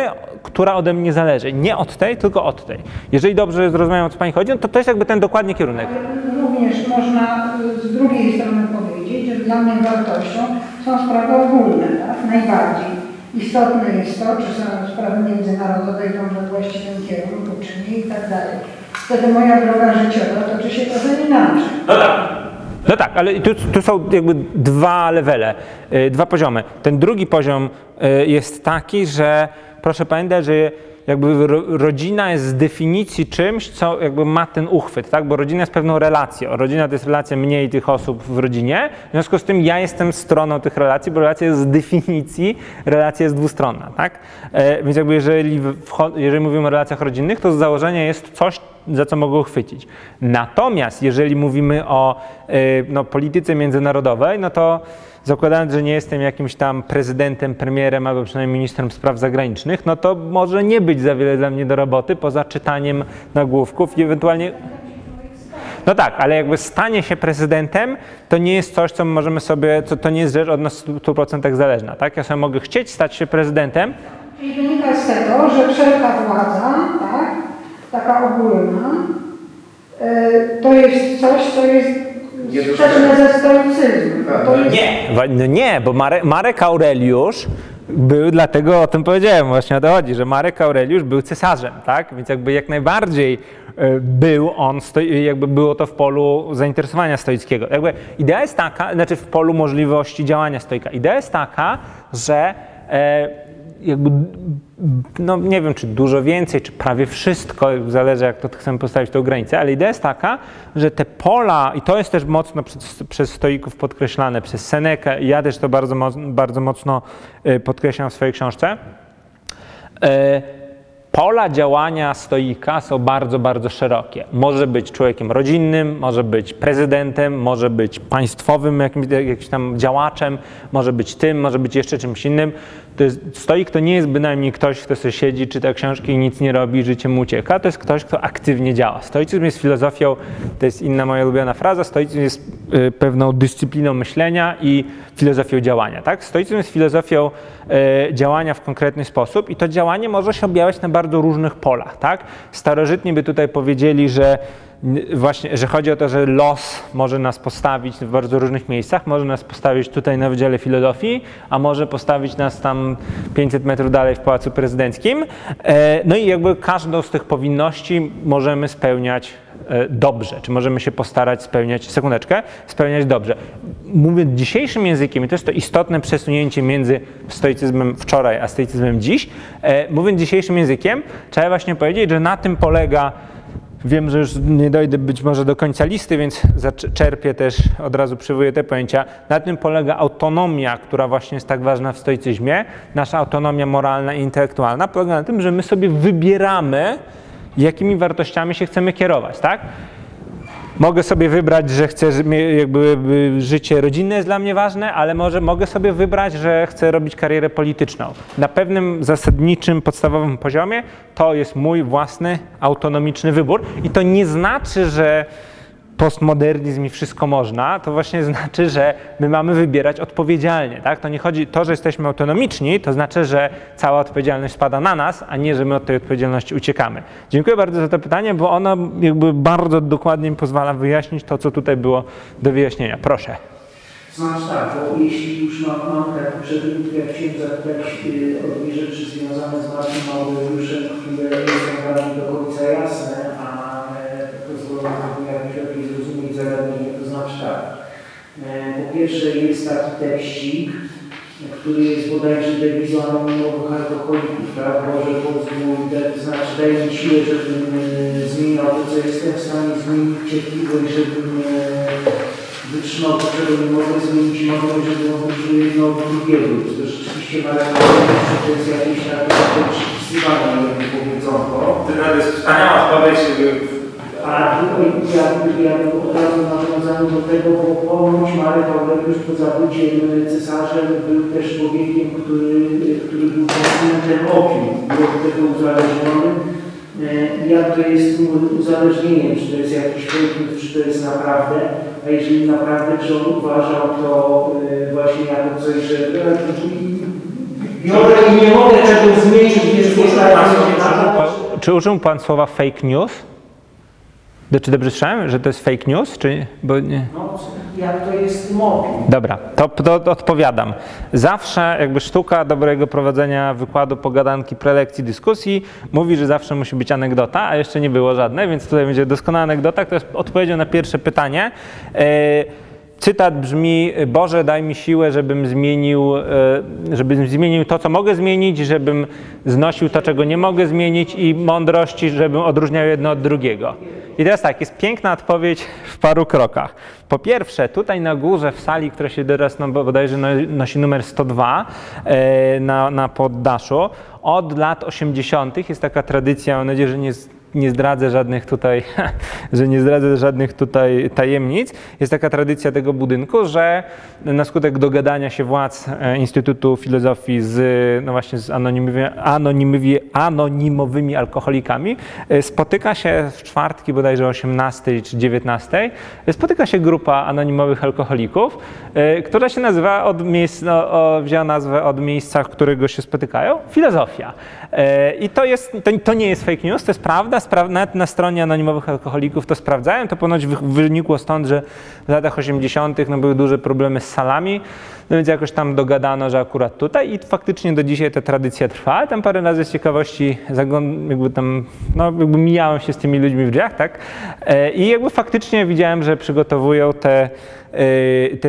S1: która ode mnie zależy. Nie od tej, tylko od tej. Jeżeli dobrze zrozumiałem, o co pani chodzi, no to jest jakby ten dokładnie kierunek.
S2: Ale również można z drugiej strony powiedzieć, że dla mnie wartością są sprawy ogólne, tak? Najbardziej istotne jest to, czy są sprawy międzynarodowe idą we właściwym kierunku, czy nie i tak dalej. Wtedy moja droga życiowa toczy się trochę inaczej.
S1: No tak, ale tu są jakby dwa levele, dwa poziomy. Ten drugi poziom jest taki, że proszę pamiętać, że jakby rodzina jest z definicji czymś, co jakby ma ten uchwyt, tak? Bo rodzina jest pewną relacją. Rodzina to jest relacja mnie i tych osób w rodzinie. W związku z tym ja jestem stroną tych relacji, bo relacja jest z definicji, relacja jest dwustronna, tak? Więc jakby jeżeli mówimy o relacjach rodzinnych, to z założenia jest coś, za co mogę uchwycić. Natomiast jeżeli mówimy o polityce międzynarodowej, no to zakładając, że nie jestem jakimś tam prezydentem, premierem albo przynajmniej ministrem spraw zagranicznych, no to może nie być za wiele dla mnie do roboty poza czytaniem nagłówków i ewentualnie... No tak, ale jakby stanie się prezydentem to nie jest coś, co możemy sobie, to nie jest rzecz od nas w 100% zależna, tak? Ja sobie mogę chcieć stać się prezydentem.
S2: Czyli wynika z tego, że wszelka władza, tak, taka ogólna, to jest coś, co jest sprzeczne ze stoicyzmem.
S1: Nie, bo Marek Aureliusz był, dlatego o tym powiedziałem, właśnie o to chodzi, że Marek Aureliusz był cesarzem, tak? Więc jakby jak najbardziej był on, jakby było to w polu zainteresowania stoickiego. Jakby idea jest taka, znaczy w polu możliwości działania stoika. Idea jest taka, że jakby, no nie wiem, czy dużo więcej, czy prawie wszystko, zależy jak to chcemy postawić tą granicę, ale idea jest taka, że te pola, i to jest też mocno przez stoików podkreślane, przez Senekę, i ja też to bardzo mocno podkreślam w swojej książce, pola działania stoika są bardzo, bardzo szerokie. Może być człowiekiem rodzinnym, może być prezydentem, może być państwowym jakimś tam działaczem, może być tym, może być jeszcze czymś innym. Stoik to nie jest bynajmniej ktoś, kto sobie siedzi, czyta książki i nic nie robi, życie mu ucieka. To jest ktoś, kto aktywnie działa. Stoicyzm jest filozofią, to jest inna moja ulubiona fraza, stoicyzm jest pewną dyscypliną myślenia i filozofią działania. Tak? Stoicyzm jest filozofią działania w konkretny sposób i to działanie może się objawiać na bardzo różnych polach. Tak? Starożytni by tutaj powiedzieli, że właśnie, że chodzi o to, że los może nas postawić w bardzo różnych miejscach, może nas postawić tutaj na Wydziale Filozofii, a może postawić nas tam 500 metrów dalej w Pałacu Prezydenckim. No i jakby każdą z tych powinności możemy spełniać dobrze, czy możemy się postarać spełniać dobrze. Mówię dzisiejszym językiem, i to jest to istotne przesunięcie między stoicyzmem wczoraj a stoicyzmem dziś, mówiąc dzisiejszym językiem, trzeba właśnie powiedzieć, że na tym polega. Wiem, że już nie dojdę być może do końca listy, więc czerpię też, od razu przywołuję te pojęcia. Na tym polega autonomia, która właśnie jest tak ważna w stoicyzmie. Nasza autonomia moralna i intelektualna polega na tym, że my sobie wybieramy, jakimi wartościami się chcemy kierować, tak? Mogę sobie wybrać, że chcę, jakby życie rodzinne jest dla mnie ważne, ale mogę sobie wybrać, że chcę robić karierę polityczną. Na pewnym zasadniczym, podstawowym poziomie to jest mój własny, autonomiczny wybór i to nie znaczy, że postmodernizm i wszystko można, to właśnie znaczy, że my mamy wybierać odpowiedzialnie, tak? To nie chodzi, to, że jesteśmy autonomiczni, to znaczy, że cała odpowiedzialność spada na nas, a nie, że my od tej odpowiedzialności uciekamy. Dziękuję bardzo za to pytanie, bo ono jakby bardzo dokładnie mi pozwala wyjaśnić to, co tutaj było do wyjaśnienia. Proszę.
S3: Znaczy tak, bo jeśli już mam taką przerywkę, ja chciałem zapytać o dwie rzeczy związane z Markiem Aureliuszem, które nie są dla mnie do końca jasne, a pozwolą mi jakoś lepiej zrozumieć zagadnienie. To znaczy tak, po pierwsze jest taki tekścik, który jest bodajże dewizą anonimowych alkoholików, tak? Boże, to znaczy daj mi siłę, żebym zmieniał to, co jestem w stanie zmienić, cierpliwość, żebym wytrzymał to, czego nie mogę zmienić, mogę, żeby mówić jedno od drugiego. To rzeczywiście Marek Aureliusz to jest jakieś takie przypisywanie, jak powiedzonko.
S1: To jest wspaniała odpowiedź.
S3: A ja od razu nawiązałem do tego, bo ponoć Marek Aureliusz poza byciem cesarzem był też człowiekiem, który był konsumentem opium, był od tego uzależniony. Jak to jest uzależnieniem, czy to jest jakiś fake, czy to jest naprawdę, a jeżeli naprawdę, czy on uważał to właśnie jako coś, że biorę i nie mogę czegoś zmienić, więc nie staję
S1: Czy użył pan słowa fake news? Czy dobrze słyszałem, że to jest fake news? Czy, bo nie.
S3: No, jak to jest mobbing?
S1: Dobra, to odpowiadam. Zawsze jakby sztuka dobrego prowadzenia wykładu, pogadanki, prelekcji, dyskusji mówi, że zawsze musi być anegdota, a jeszcze nie było żadnej, więc tutaj będzie doskonała anegdota, która jest odpowiedzią na pierwsze pytanie. Cytat brzmi: Boże, daj mi siłę, żebym zmienił to, co mogę zmienić, żebym znosił to, czego nie mogę zmienić, i mądrości, żebym odróżniał jedno od drugiego. I teraz tak, jest piękna odpowiedź w paru krokach. Po pierwsze, tutaj na górze w sali, która się teraz bodajże nosi numer 102 na poddaszu, od lat 80. jest taka tradycja, mam nadzieję, że nie zdradzę żadnych tutaj tajemnic. Jest taka tradycja tego budynku, że na skutek dogadania się władz Instytutu Filozofii z anonimowymi alkoholikami spotyka się w czwartki bodajże o 18 czy 19, spotyka się grupa anonimowych alkoholików, która się nazywa wzięła nazwę od miejsca, w którego się spotykają, filozofia. I to nie jest fake news, to jest prawda. Nawet na stronie anonimowych alkoholików to sprawdzałem, to ponoć wynikło stąd, że w latach 80. były duże problemy z salami, no więc jakoś tam dogadano, że akurat tutaj, i faktycznie do dzisiaj ta tradycja trwa. Tam parę razy z ciekawości mijałem się z tymi ludźmi w drzwiach, tak? I jakby faktycznie widziałem, że przygotowują te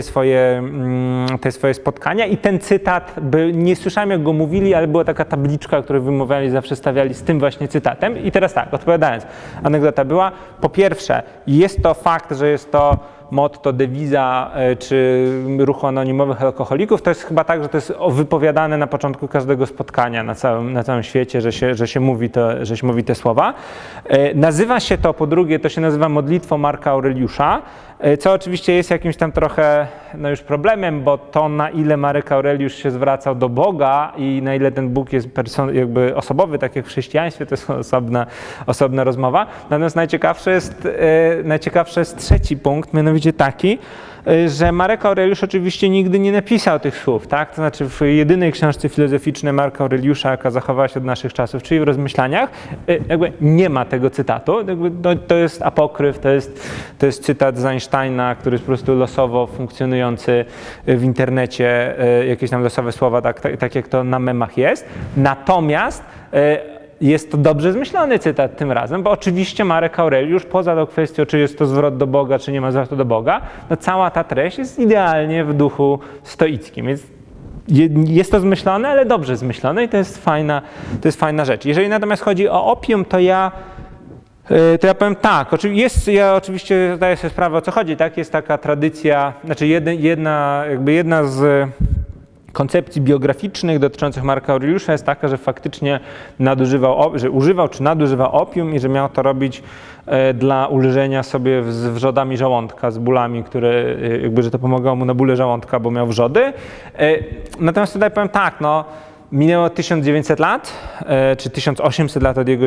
S1: swoje spotkania, i ten cytat, nie słyszałem, jak go mówili, ale była taka tabliczka, którą wymawiali, zawsze stawiali z tym właśnie cytatem. I teraz tak, odpowiadając, anegdota była: po pierwsze, jest to fakt, że jest to motto, dewiza czy ruchu anonimowych alkoholików. To jest chyba tak, że to jest wypowiadane na początku każdego spotkania na całym świecie, że się mówi te słowa. Nazywa się to, po drugie, to się nazywa modlitwą Marka Aureliusza, co oczywiście jest jakimś tam trochę już problemem, bo to, na ile Marek Aureliusz się zwracał do Boga i na ile ten Bóg jest jakby osobowy, tak jak w chrześcijaństwie, to jest osobna rozmowa. Natomiast najciekawszy jest trzeci punkt, mianowicie taki, że Marek Aureliusz oczywiście nigdy nie napisał tych słów, tak? To znaczy w jedynej książce filozoficznej Marka Aureliusza, jaka zachowała się od naszych czasów, czyli w Rozmyślaniach, jakby nie ma tego cytatu. To jest apokryf, to jest cytat z Einsteina, który jest po prostu losowo funkcjonujący w internecie, jakieś tam losowe słowa, tak jak to na memach jest. Natomiast jest to dobrze zmyślony cytat tym razem, bo oczywiście Marek Aureliusz, poza tą kwestią, czy jest to zwrot do Boga, czy nie ma zwrotu do Boga, no cała ta treść jest idealnie w duchu stoickim. Więc jest to zmyślone, ale dobrze zmyślone, i to jest fajna rzecz. Jeżeli natomiast chodzi o opium, to ja powiem tak, ja oczywiście zdaję sobie sprawę, o co chodzi, tak? Jest taka tradycja, znaczy jedna z koncepcji biograficznych dotyczących Marka Aureliusza jest taka, że faktycznie używał czy nadużywał opium i że miał to robić dla ulżenia sobie z wrzodami żołądka, z bólami, że to pomagało mu na bóle żołądka, bo miał wrzody. Natomiast tutaj powiem tak, minęło 1900 lat, czy 1800 lat od jego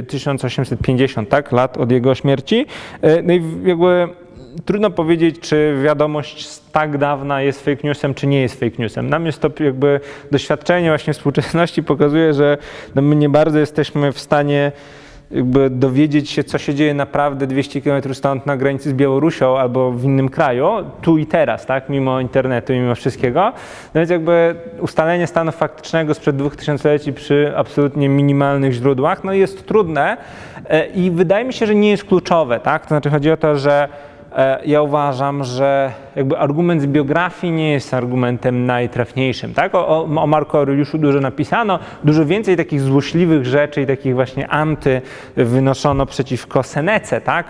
S1: 1850, tak, lat od jego śmierci. No i jakby trudno powiedzieć, czy wiadomość z tak dawna jest fake newsem, czy nie jest fake newsem. Nam jest to jakby doświadczenie właśnie współczesności pokazuje, że my nie bardzo jesteśmy w stanie jakby dowiedzieć się, co się dzieje naprawdę 200 km stąd na granicy z Białorusią albo w innym kraju, tu i teraz, tak, mimo internetu i mimo wszystkiego. No więc jakby ustalenie stanu faktycznego sprzed 2000-leci przy absolutnie minimalnych źródłach, jest trudne i wydaje mi się, że nie jest kluczowe, tak? To znaczy chodzi o to, że ja uważam, że jakby argument z biografii nie jest argumentem najtrafniejszym, tak? O Marku Aureliuszu dużo napisano, dużo więcej takich złośliwych rzeczy i takich właśnie wynoszono przeciwko Senece, tak?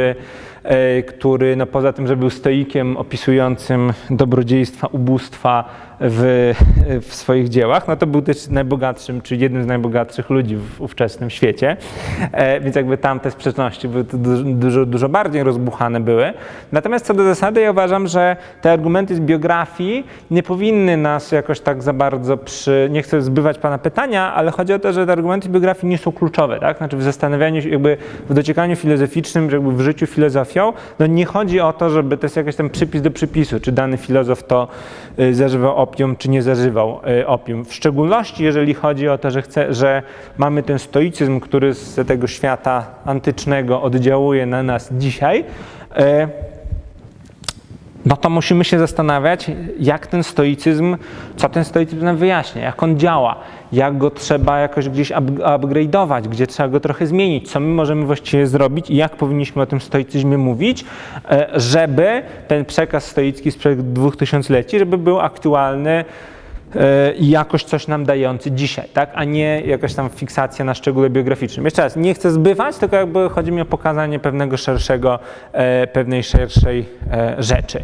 S1: Który poza tym, że był stoikiem opisującym dobrodziejstwa ubóstwa w swoich dziełach, to był też najbogatszym, czy jednym z najbogatszych ludzi w ówczesnym świecie, więc jakby tam te sprzeczności były dużo bardziej rozbuchane były. Natomiast co do zasady ja uważam, że te argumenty z biografii nie powinny nas jakoś tak za bardzo nie chcę zbywać pana pytania, ale chodzi o to, że te argumenty biografii nie są kluczowe, tak? Znaczy w zastanawianiu się, jakby w dociekaniu filozoficznym, jakby w życiu filozofii filozofią. No nie chodzi o to, żeby to jest jakiś tam przypis do przypisu, czy dany filozof to zażywał opium, czy nie zażywał opium. W szczególności jeżeli chodzi o to, że mamy ten stoicyzm, który z tego świata antycznego oddziałuje na nas dzisiaj, no to musimy się zastanawiać, jak ten stoicyzm, co ten stoicyzm nam wyjaśnia, jak on działa, jak go trzeba jakoś gdzieś upgrade'ować, gdzie trzeba go trochę zmienić, co my możemy właściwie zrobić i jak powinniśmy o tym stoicyzmie mówić, żeby ten przekaz stoicki sprzed 2000-leci, żeby był aktualny i jakoś coś nam dający dzisiaj, tak? A nie jakaś tam fiksacja na szczególe biograficznym. Jeszcze raz, nie chcę zbywać, tylko jakby chodzi mi o pokazanie pewnej szerszej rzeczy.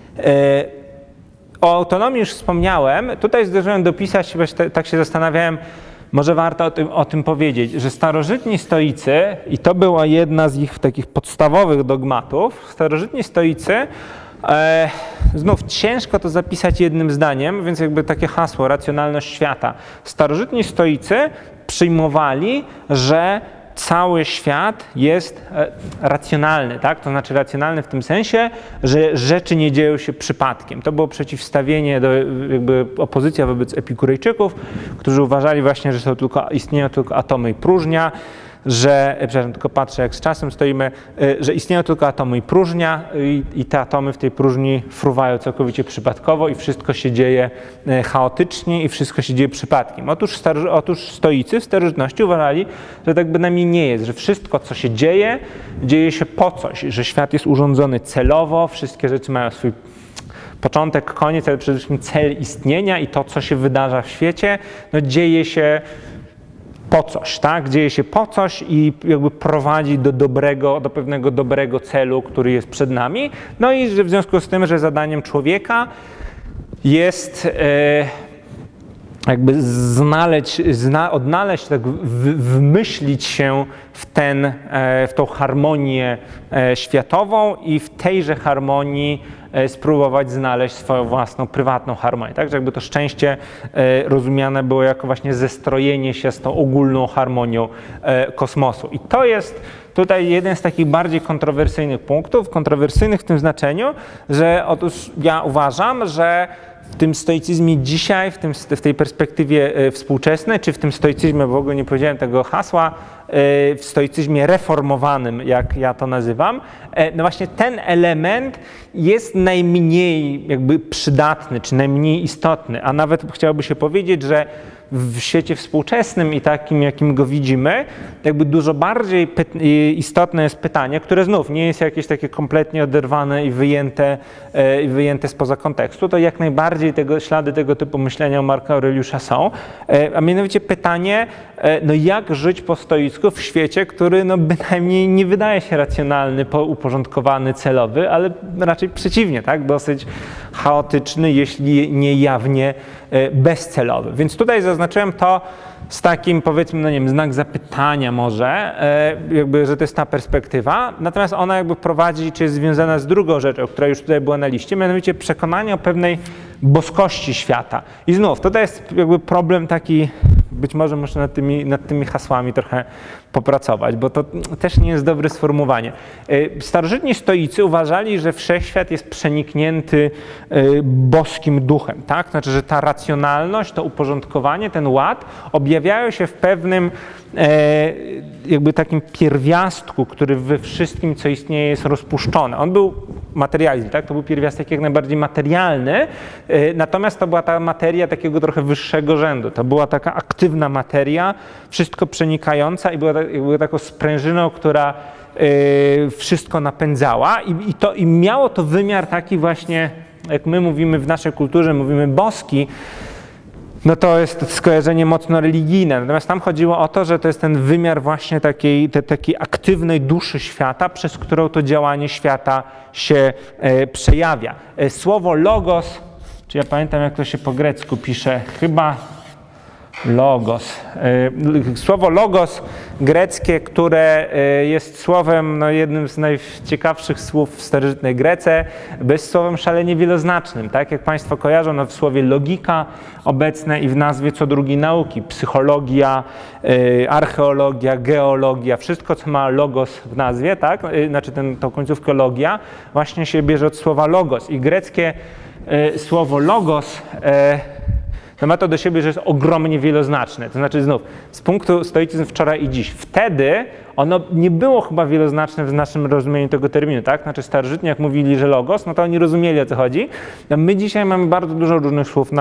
S1: O autonomii już wspomniałem. Tutaj zdążyłem dopisać, tak się zastanawiałem, może warto o tym powiedzieć, że starożytni stoicy, i to była jedna z ich takich podstawowych dogmatów, starożytni stoicy, znów ciężko to zapisać jednym zdaniem, więc jakby takie hasło, racjonalność świata. Starożytni stoicy przyjmowali, że cały świat jest racjonalny, tak? To znaczy racjonalny w tym sensie, że rzeczy nie dzieją się przypadkiem. To było przeciwstawienie, jakby opozycja wobec epikurejczyków, którzy uważali właśnie, że istnieją tylko atomy i próżnia, przepraszam, tylko patrzę, jak z czasem stoimy, że istnieją tylko atomy i próżnia i te atomy w tej próżni fruwają całkowicie przypadkowo i wszystko się dzieje chaotycznie i wszystko się dzieje przypadkiem. Otóż stoicy w starożytności uważali, że tak bynajmniej nie jest, że wszystko, co się dzieje, dzieje się po coś, że świat jest urządzony celowo, wszystkie rzeczy mają swój początek, koniec, ale przede wszystkim cel istnienia i to, co się wydarza w świecie, no dzieje się po coś, tak? Dzieje się po coś i jakby prowadzi do pewnego dobrego celu, który jest przed nami. No i że w związku z tym, że zadaniem człowieka jest jakby odnaleźć, tak wmyślić się w tą harmonię światową i w tejże harmonii spróbować znaleźć swoją własną, prywatną harmonię. Tak, że jakby to szczęście rozumiane było jako właśnie zestrojenie się z tą ogólną harmonią kosmosu. I to jest tutaj jeden z takich bardziej kontrowersyjnych punktów, kontrowersyjnych w tym znaczeniu, że otóż ja uważam, że w tym stoicyzmie dzisiaj, w tej perspektywie współczesnej, czy w tym stoicyzmie, w ogóle nie powiedziałem tego hasła, w stoicyzmie reformowanym, jak ja to nazywam, no właśnie ten element jest najmniej jakby przydatny, czy najmniej istotny, a nawet chciałoby się powiedzieć, że w świecie współczesnym i takim, jakim go widzimy, jakby dużo bardziej istotne jest pytanie, które znów nie jest jakieś takie kompletnie oderwane i wyjęte spoza kontekstu, to jak najbardziej ślady tego typu myślenia u Marka Aureliusza są, a mianowicie pytanie, no jak żyć po stoicku w świecie, który no bynajmniej nie wydaje się racjonalny, uporządkowany, celowy, ale raczej przeciwnie, tak? Dosyć chaotyczny, jeśli nie jawnie bezcelowy. Więc tutaj zaznaczyłem to z takim, powiedzmy, no nie wiem, znak zapytania może, jakby, że to jest ta perspektywa, natomiast ona jakby prowadzi, czy jest związana z drugą rzeczą, która już tutaj była na liście, mianowicie przekonanie o pewnej boskości świata. I znów, tutaj jest jakby problem taki, być może muszę nad tymi hasłami trochę popracować, bo to też nie jest dobre sformułowanie. Starożytni stoicy uważali, że wszechświat jest przeniknięty boskim duchem, tak? Znaczy, że ta racjonalność, to uporządkowanie, ten ład objawiają się w pewnym jakby takim pierwiastku, który we wszystkim, co istnieje, jest rozpuszczony. On był materializm, tak? To był pierwiastek jak najbardziej materialny, natomiast to była ta materia takiego trochę wyższego rzędu. To była taka aktywna materia, wszystko przenikająca i była taką sprężyną, która wszystko napędzała i miało to wymiar taki właśnie, jak my mówimy w naszej kulturze, mówimy boski, no to jest skojarzenie mocno religijne. Natomiast tam chodziło o to, że to jest ten wymiar właśnie takiej aktywnej duszy świata, przez którą to działanie świata się przejawia. Słowo logos, czy ja pamiętam, jak to się po grecku pisze, chyba Logos. Słowo logos greckie, które jest słowem, no, jednym z najciekawszych słów w starożytnej Grece, bez słowem szalenie wieloznacznym. Tak jak Państwo kojarzą, no, w słowie logika obecne i w nazwie co drugiej nauki. Psychologia, archeologia, geologia, wszystko co ma logos w nazwie, tak? Znaczy tą końcówkę logia, właśnie się bierze od słowa logos. I greckie słowo logos to ma to do siebie, że jest ogromnie wieloznaczne. To znaczy znów, z punktu stoicyzm wczoraj i dziś. Wtedy ono nie było chyba wieloznaczne w naszym rozumieniu tego terminu, tak? Znaczy starożytni jak mówili, że logos, no to oni rozumieli, o co chodzi. No my dzisiaj mamy bardzo dużo różnych słów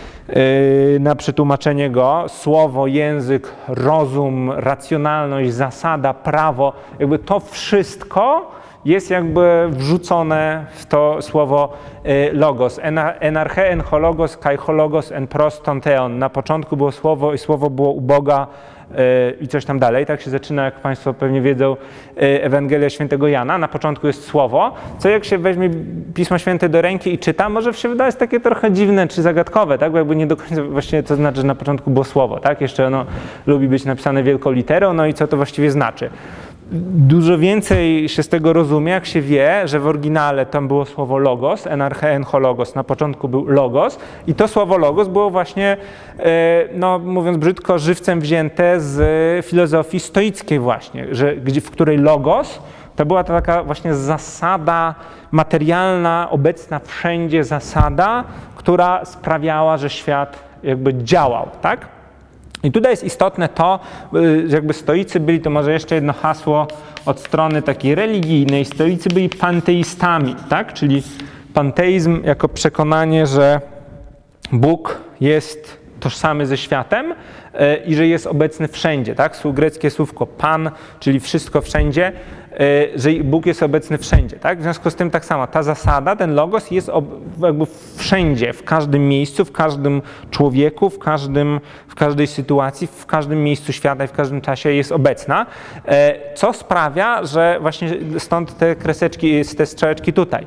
S1: na przetłumaczenie go. Słowo, język, rozum, racjonalność, zasada, prawo. Jakby to wszystko jest jakby wrzucone w to słowo logos. Enarche, enchologos, kaichologos, enproston theon. Na początku było słowo i słowo było u Boga i coś tam dalej. Tak się zaczyna, jak Państwo pewnie wiedzą, Ewangelia Świętego Jana. Na początku jest słowo, co jak się weźmie Pismo Święte do ręki i czyta, może się wydawać takie trochę dziwne czy zagadkowe, tak? Bo jakby nie do końca właściwie to znaczy, że na początku było słowo, tak? Jeszcze ono lubi być napisane wielką literą, no i co to właściwie znaczy? Dużo więcej się z tego rozumie, jak się wie, że w oryginale tam było słowo logos, enarche, enchologos, na początku był logos i to słowo logos było właśnie, no mówiąc brzydko, żywcem wzięte z filozofii stoickiej właśnie, w której logos to była to taka właśnie zasada materialna, obecna wszędzie zasada, która sprawiała, że świat jakby działał, tak? I tutaj jest istotne to, że jakby stoicy byli, to może jeszcze jedno hasło od strony takiej religijnej, stoicy byli panteistami, tak? Czyli panteizm jako przekonanie, że Bóg jest tożsamy ze światem i że jest obecny wszędzie, tak? Greckie słówko pan, czyli wszystko wszędzie, że Bóg jest obecny wszędzie, tak? W związku z tym tak samo, ta zasada, ten logos jest jakby wszędzie, w każdym miejscu, w każdym człowieku, w każdej sytuacji, w każdym miejscu świata i w każdym czasie jest obecna, co sprawia, że właśnie stąd te kreseczki, te strzałeczki tutaj.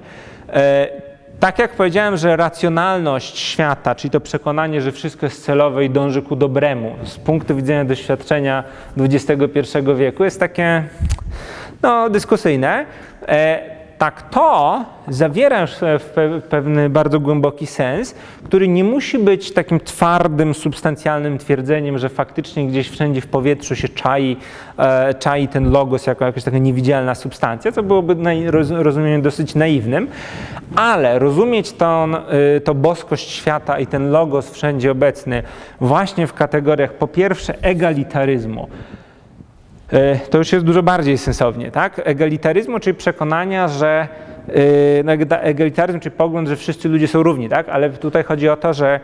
S1: Tak jak powiedziałem, że racjonalność świata, czyli to przekonanie, że wszystko jest celowe i dąży ku dobremu, z punktu widzenia doświadczenia XXI wieku jest takie no, dyskusyjne. Tak to zawiera już pewny bardzo głęboki sens, który nie musi być takim twardym, substancjalnym twierdzeniem, że faktycznie gdzieś wszędzie w powietrzu się czai ten logos jako jakaś taka niewidzialna substancja, co byłoby rozumieniem dosyć naiwnym, ale rozumieć to boskość świata i ten logos wszędzie obecny właśnie w kategoriach po pierwsze egalitaryzmu, to już jest dużo bardziej sensownie, tak? Egalitaryzmu, czyli przekonania, że egalitaryzm, czyli pogląd, że wszyscy ludzie są równi, tak? Ale tutaj chodzi o to, że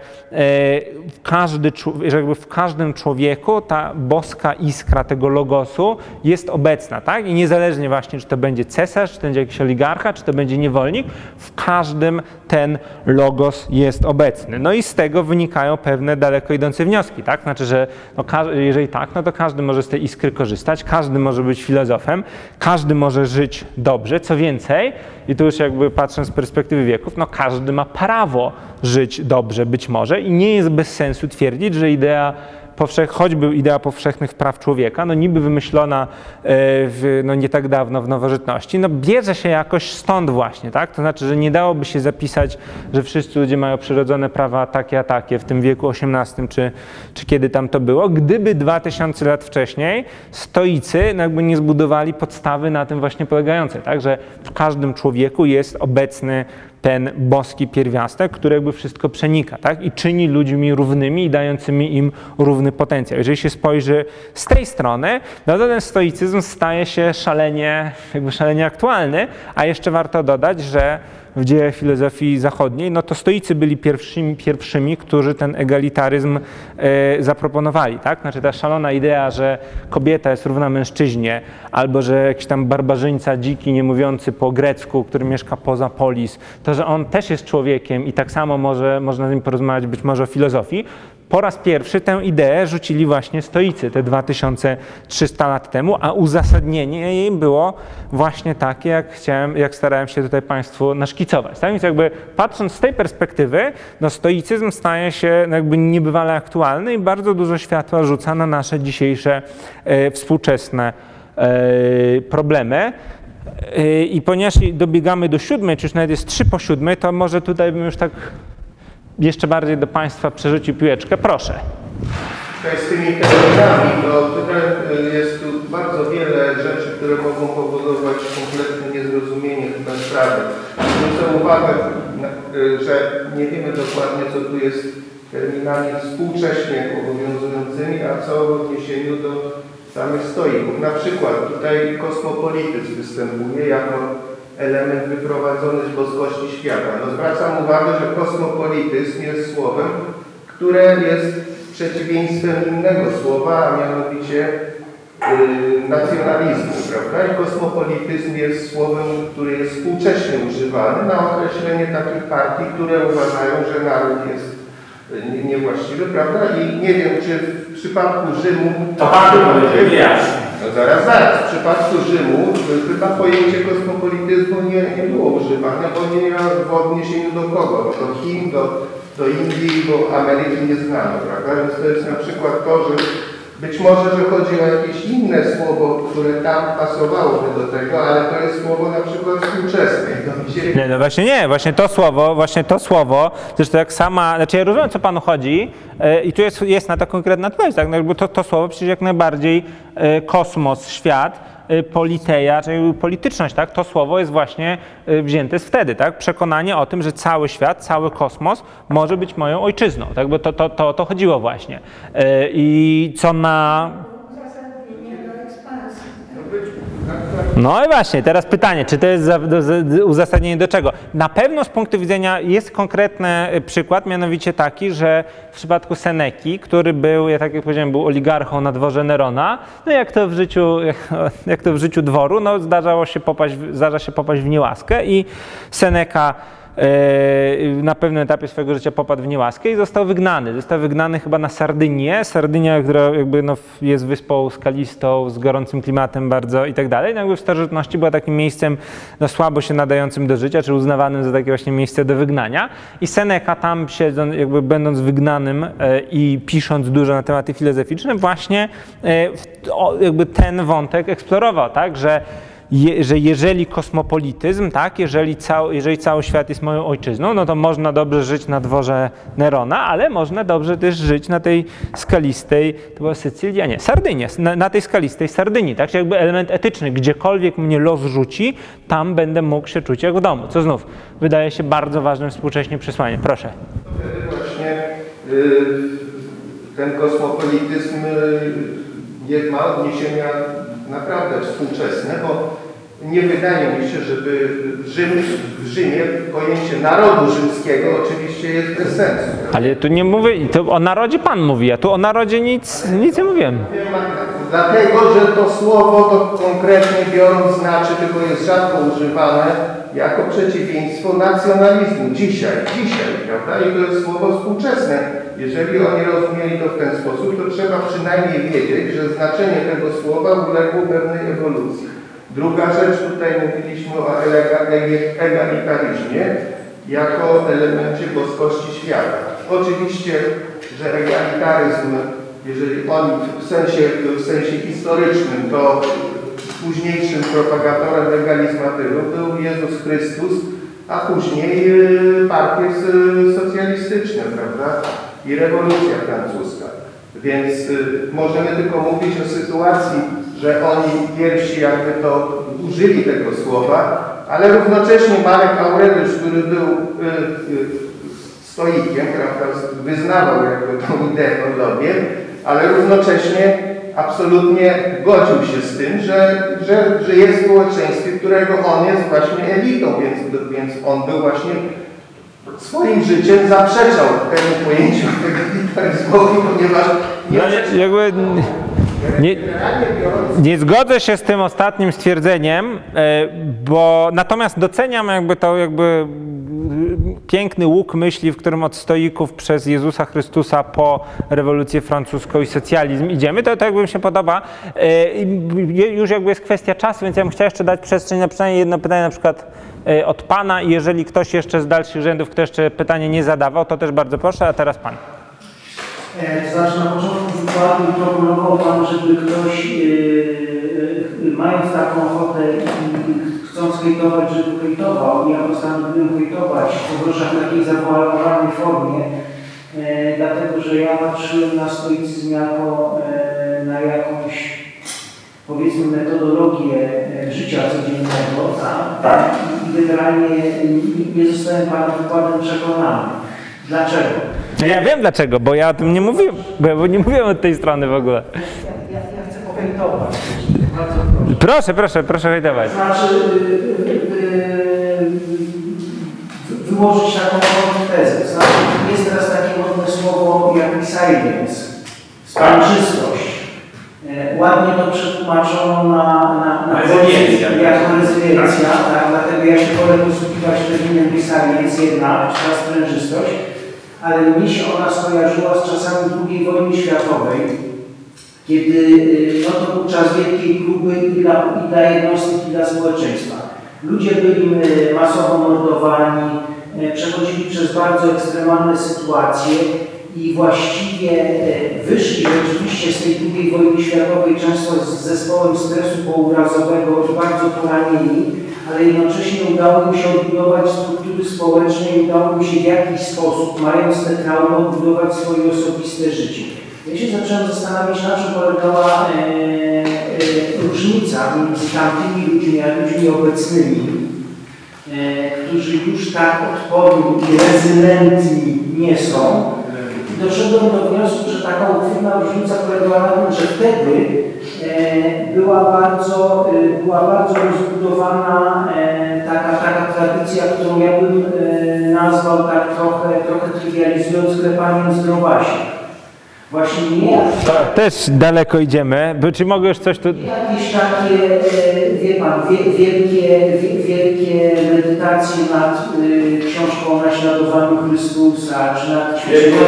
S1: w każdym człowieku ta boska iskra tego logosu jest obecna, tak? I niezależnie właśnie, czy to będzie cesarz, czy to będzie jakiś oligarcha, czy to będzie niewolnik, w każdym ten logos jest obecny. No i z tego wynikają pewne daleko idące wnioski, tak? Znaczy, że no, jeżeli tak, no to każdy może z tej iskry korzystać, każdy może być filozofem, każdy może żyć dobrze, co więcej, i tu już jakby patrząc z perspektywy wieków, no każdy ma prawo żyć dobrze być może i nie jest bez sensu twierdzić, że choćby idea powszechnych praw człowieka, no niby wymyślona no nie tak dawno w nowożytności, no bierze się jakoś stąd właśnie, tak? To znaczy, że nie dałoby się zapisać, że wszyscy ludzie mają przyrodzone prawa takie a takie w tym wieku XVIII, czy kiedy tam to było, gdyby 2000 lat wcześniej stoicy no jakby nie zbudowali podstawy na tym właśnie polegającej, tak? Że w każdym człowieku jest obecny ten boski pierwiastek, który jakby wszystko przenika, tak? I czyni ludźmi równymi i dającymi im równy potencjał. Jeżeli się spojrzy z tej strony, no to ten stoicyzm staje się szalenie aktualny, a jeszcze warto dodać, że w dziejach filozofii zachodniej, no to stoicy byli pierwszymi, którzy ten egalitaryzm zaproponowali, tak? Znaczy ta szalona idea, że kobieta jest równa mężczyźnie, albo że jakiś tam barbarzyńca dziki, nie mówiący po grecku, który mieszka poza polis, to, że on też jest człowiekiem i tak samo można z nim porozmawiać być może o filozofii, po raz pierwszy tę ideę rzucili właśnie stoicy te 2300 lat temu, a uzasadnienie jej było właśnie takie, jak starałem się tutaj Państwu naszkicować. Tak więc jakby patrząc z tej perspektywy, no stoicyzm staje się jakby niebywale aktualny i bardzo dużo światła rzuca na nasze dzisiejsze współczesne problemy. I ponieważ dobiegamy do 7, czy już nawet jest 3 po 7, to może tutaj bym już tak jeszcze bardziej do Państwa przerzucił piłeczkę. Proszę.
S4: Tutaj z tymi terminami, to tutaj jest tu bardzo wiele rzeczy, które mogą powodować kompletne niezrozumienie chyba sprawy. Zwrócę uwagę, że nie wiemy dokładnie, co tu jest terminami współcześnie obowiązującymi, a co w odniesieniu do samych stoików. Na przykład tutaj kosmopolityzm występuje jako element wyprowadzony z boskości świata. No, zwracam uwagę, że kosmopolityzm jest słowem, które jest przeciwieństwem innego słowa, a mianowicie nacjonalizmu, prawda? I kosmopolityzm jest słowem, który jest współcześnie używany na określenie takich partii, które uważają, że naród jest niewłaściwy, prawda? I nie wiem, czy w przypadku Rzymu...
S5: To Pan powiedział, nie ja.
S4: No zaraz. W przypadku Rzymu chyba pojęcie kosmopolityzmu nie było używane, bo nie miało w odniesieniu do kogo? Do Chin, do Indii, bo Ameryki nie znano, prawda? Więc to jest na przykład to, że być może, że chodzi o jakieś inne słowo, które tam pasowałoby do tego, ale to jest słowo na przykład współczesne.
S1: Nie, no właśnie nie, właśnie to słowo, zresztą jak sama, znaczy ja rozumiem, co Panu chodzi i tu jest na to konkretna odpowiedź, tak? No, to słowo przecież jak najbardziej kosmos, świat, politeia, czyli polityczność, tak? To słowo jest właśnie wzięte wtedy, tak? Przekonanie o tym, że cały świat, cały kosmos może być moją ojczyzną, tak? Bo to chodziło właśnie. I co na... No i właśnie, teraz pytanie, czy to jest uzasadnienie do czego? Na pewno z punktu widzenia jest konkretny przykład, mianowicie taki, że w przypadku Seneki, który był, tak jak powiedziałem, był oligarchą na dworze Nerona, no jak to w życiu dworu, no zdarza się popaść w niełaskę i Seneka na pewnym etapie swojego życia popadł w niełaskę i został wygnany. Został wygnany chyba na Sardynię. Sardynia, która jakby no jest wyspą skalistą, z gorącym klimatem bardzo i tak dalej. No jakby w starożytności była takim miejscem no słabo się nadającym do życia, czy uznawanym za takie właśnie miejsce do wygnania. I Seneca tam siedząc, jakby będąc wygnanym i pisząc dużo na tematy filozoficzne, właśnie jakby ten wątek eksplorował, tak, że jeżeli kosmopolityzm, tak, jeżeli cały świat jest moją ojczyzną, no to można dobrze żyć na dworze Nerona, ale można dobrze też żyć na tej skalistej, to była Sycylia, nie, Sardynia, na tej skalistej Sardynii, tak, czyli jakby element etyczny, gdziekolwiek mnie los rzuci, tam będę mógł się czuć jak w domu, co znów wydaje się bardzo ważnym współcześnie przesłaniem. Proszę.
S4: Wtedy właśnie ten kosmopolityzm ma odniesienia naprawdę współczesne, bo nie wydaje mi się, żeby w Rzymie pojęcie narodu rzymskiego oczywiście jest bez sensu.
S1: Ale tu nie mówię, to o narodzie Pan mówi, a tu o narodzie nic nie mówiłem.
S4: Dlatego, że to słowo to konkretnie biorąc znaczy, tylko jest rzadko używane jako przeciwieństwo nacjonalizmu. Dzisiaj, prawda? I to jest słowo współczesne. Jeżeli oni rozumieli to w ten sposób, to trzeba przynajmniej wiedzieć, że znaczenie tego słowa uległo pewnej ewolucji. Druga rzecz, tutaj mówiliśmy o egalitaryzmie jako elemencie boskości świata. Oczywiście, że egalitaryzm, jeżeli on w sensie historycznym, to późniejszym propagatorem egalizmatyru był Jezus Chrystus, a później partie socjalistyczne, prawda? I rewolucja francuska. Więc możemy tylko mówić o sytuacji, że oni pierwsi jakby to użyli tego słowa, ale równocześnie Marek Aureliusz, który był stoikiem, prawda, wyznawał jakby tą ideologię, ale równocześnie absolutnie godził się z tym, że jest w społeczeństwie, którego on jest właśnie elitą, więc on był właśnie swoim życiem zaprzeczał temu pojęciu egalitaryzmowi, ponieważ
S1: Nie zgodzę się z tym ostatnim stwierdzeniem, bo natomiast doceniam jakby piękny łuk myśli, w którym od stoików przez Jezusa Chrystusa po rewolucję francuską i socjalizm idziemy, to jakby mi się podoba. Już jakby jest kwestia czasu, więc ja bym chciał jeszcze dać przestrzeń na przynajmniej jedno pytanie na przykład od Pana i jeżeli ktoś jeszcze z dalszych rzędów, kto jeszcze pytanie nie zadawał, to też bardzo proszę, a teraz Pan.
S3: Znaczy na początku wykładu proponował Pan, żeby ktoś mając taką ochotę i chcąc hejtować, żeby hejtował. Ja postanowiłem hejtować w groszach takiej zawoalowanej formie, dlatego że ja patrzyłem na stoicyzm jako na jakąś, powiedzmy, metodologię życia codziennego, tak? I generalnie nie zostałem Pana wykładem przekonany. Dlaczego?
S1: Ja wiem dlaczego, bo ja o tym nie mówiłem, bo nie mówiłem od tej strony w ogóle.
S3: Ja chcę pohejtować.
S1: Proszę hejtować.
S3: Znaczy wyłożyć taką tezę. Znaczy, jest teraz takie modne słowo jak resilience, spalczystość. Ładnie to przetłumaczono na
S5: rezyliencja.
S3: Jako rezyliencja, tak? Dlatego ja się wolę posługiwać terminem resilience jednak, czy ta sprężystość, ale mnie się ona skojarzyła z czasami II wojny światowej, kiedy to był czas wielkiej próby i dla jednostek, i dla społeczeństwa. Ludzie byli masowo mordowani, przechodzili przez bardzo ekstremalne sytuacje i właściwie wyszli rzeczywiście z tej II wojny światowej często z zespołem stresu pourazowego i bardzo poranieni, ale jednocześnie udało im się odbudować struktury społeczne i udało im się w jakiś sposób, mając te traumy, odbudować swoje osobiste życie. Ja się zacząłem zastanawiać, na czym polegała różnica między tamtymi ludźmi a ludźmi obecnymi, którzy już tak odporni i rezylentni nie są. I doszedłem do wniosku, że taka uchwytna różnica polegała na tym, że wtedy była bardzo rozbudowana taka tradycja, którą ja bym nazwał tak trochę trywializując klepaniem zdrowasie. Właśnie nie.
S1: Też daleko idziemy, czy mogę już coś tu...
S3: Jakieś takie, wie Pan, wielkie medytacje nad książką o naśladowaniu Chrystusa, czy nad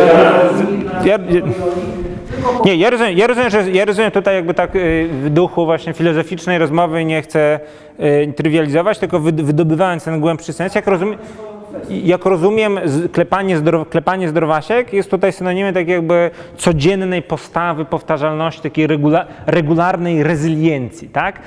S1: Nie, ja rozumiem tutaj jakby tak w duchu właśnie filozoficznej rozmowy, nie chcę trywializować, tylko wydobywając ten głębszy sens, jak rozumiem, klepanie zdrowasiek jest tutaj synonimem tak jakby codziennej postawy, powtarzalności, takiej regularnej rezyliencji, tak?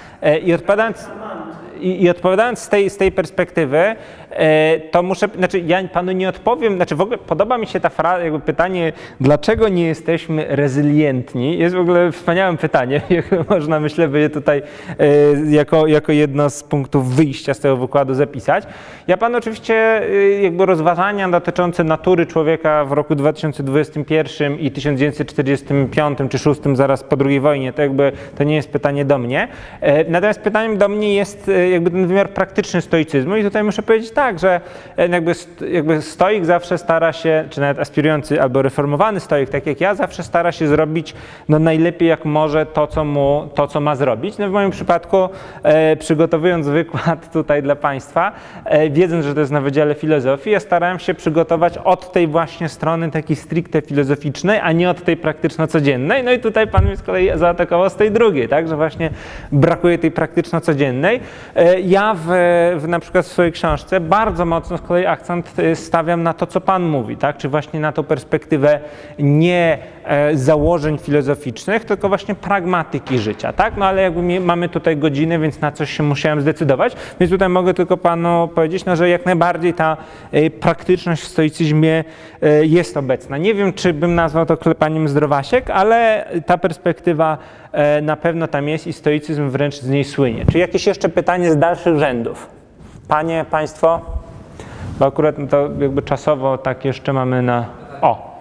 S1: I odpowiadając z tej perspektywy, to muszę, ja Panu nie odpowiem, w ogóle podoba mi się ta fraza, jakby pytanie, dlaczego nie jesteśmy rezylientni, jest w ogóle wspaniałym pytaniem, można, myślę, by je tutaj jako jedno z punktów wyjścia z tego wykładu zapisać. Ja Panu oczywiście jakby rozważania dotyczące natury człowieka w roku 2021 i 1945 czy 6 zaraz po II wojnie, to nie jest pytanie do mnie. Natomiast pytaniem do mnie jest jakby ten wymiar praktyczny stoicyzmu i tutaj muszę powiedzieć tak, że jakby stoik zawsze stara się, czy nawet aspirujący albo reformowany stoik, tak jak ja, zawsze stara się zrobić najlepiej jak może to, co ma zrobić. W moim przypadku, przygotowując wykład tutaj dla Państwa, wiedząc, że to jest na Wydziale Filozofii, ja starałem się przygotować od tej właśnie strony takiej stricte filozoficznej, a nie od tej praktyczno-codziennej. No i tutaj Pan mnie z kolei zaatakował z tej drugiej, tak, że właśnie brakuje tej praktyczno-codziennej. Ja na przykład w swojej książce bardzo mocno z kolei akcent stawiam na to, co Pan mówi, tak? Czy właśnie na tą perspektywę nie założeń filozoficznych, tylko właśnie pragmatyki życia, tak? No ale jakby mamy tutaj godziny, więc na coś się musiałem zdecydować, więc tutaj mogę tylko Panu powiedzieć, że jak najbardziej ta praktyczność w stoicyzmie jest obecna. Nie wiem, czy bym nazwał to klepaniem zdrowasiek, ale ta perspektywa na pewno tam jest i stoicyzm wręcz z niej słynie. Czy jakieś jeszcze pytanie z dalszych rzędów? Panie, Państwo? Bo akurat to jakby czasowo tak jeszcze mamy na... O!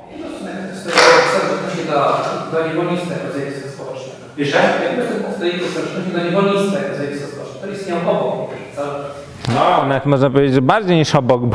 S6: Do niewolnictwa zjawiska społecznego.
S5: Jeszcze?
S6: Do niewolnictwa zjawiska społecznego. To istniał obok.
S1: No, nawet można powiedzieć, że bardziej niż obok, bo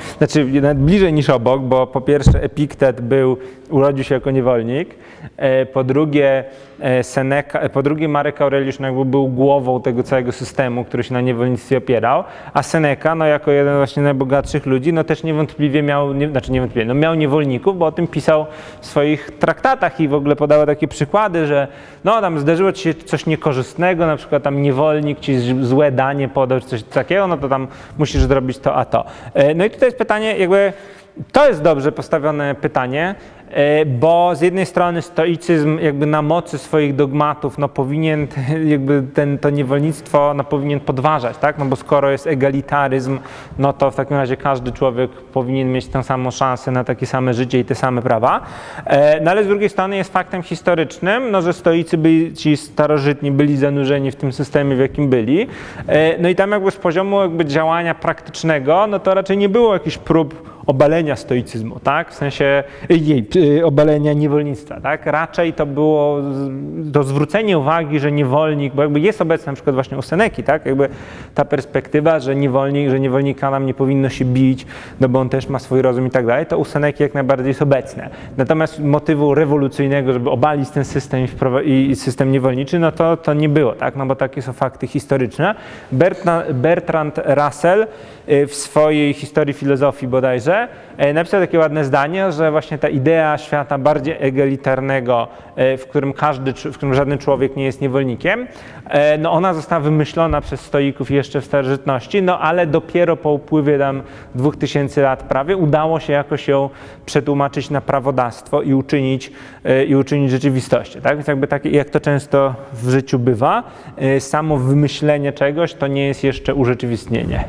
S1: znaczy nawet bliżej niż obok, bo po pierwsze Epiktet urodził się jako niewolnik, po drugie Marek Aureliusz jakby był głową tego całego systemu, który się na niewolnictwie opierał, a Seneca, no jako jeden właśnie z najbogatszych ludzi, no też niewątpliwie miał niewolników, bo o tym pisał w swoich traktatach i w ogóle podawał takie przykłady, że no tam zdarzyło ci się coś niekorzystnego, na przykład tam niewolnik ci złe danie podał, czy coś takiego, no to tam musisz zrobić to, a to. No i tutaj jest pytanie, jakby to jest dobrze postawione pytanie, bo z jednej strony stoicyzm jakby na mocy swoich dogmatów no powinien jakby to niewolnictwo no powinien podważać, tak? No bo skoro jest egalitaryzm, no to w takim razie każdy człowiek powinien mieć tę samą szansę na takie same życie i te same prawa. No ale z drugiej strony jest faktem historycznym, no że stoicy ci starożytni byli zanurzeni w tym systemie, w jakim byli. No i tam jakby z poziomu jakby działania praktycznego, no to raczej nie było jakichś prób obalenia stoicyzmu, tak? W sensie obalenia niewolnictwa, tak? Raczej to było to zwrócenie uwagi, że niewolnik, bo jakby jest obecna na przykład właśnie u Seneki, tak? Jakby ta perspektywa, że niewolnika nam nie powinno się bić, no bo on też ma swój rozum i tak dalej, to u Seneki jak najbardziej jest obecne. Natomiast motywu rewolucyjnego, żeby obalić ten system i system niewolniczy, no to nie było, tak? No bo takie są fakty historyczne. Bertrand Russell w swojej historii filozofii bodajże napisał takie ładne zdanie, że właśnie ta idea świata bardziej egalitarnego, w którym żaden człowiek nie jest niewolnikiem, no ona została wymyślona przez stoików jeszcze w starożytności, no ale dopiero po upływie tam 2000 lat prawie udało się jakoś ją przetłumaczyć na prawodawstwo i uczynić rzeczywistością. Tak? Więc jakby takie, jak to często w życiu bywa, samo wymyślenie czegoś to nie jest jeszcze urzeczywistnienie.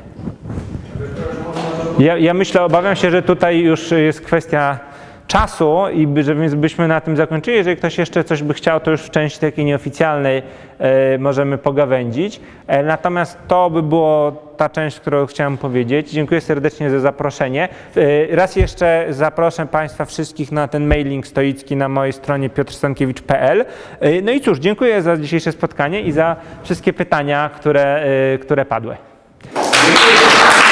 S1: Ja myślę, obawiam się, że tutaj już jest kwestia czasu i więc byśmy na tym zakończyli. Jeżeli ktoś jeszcze coś by chciał, to już w części takiej nieoficjalnej możemy pogawędzić. Natomiast to by było ta część, którą chciałem powiedzieć. Dziękuję serdecznie za zaproszenie. Raz jeszcze zaproszę Państwa wszystkich na ten mailing stoicki na mojej stronie piotrstankiewicz.pl. No i cóż, dziękuję za dzisiejsze spotkanie i za wszystkie pytania, które padły. Dziękuję.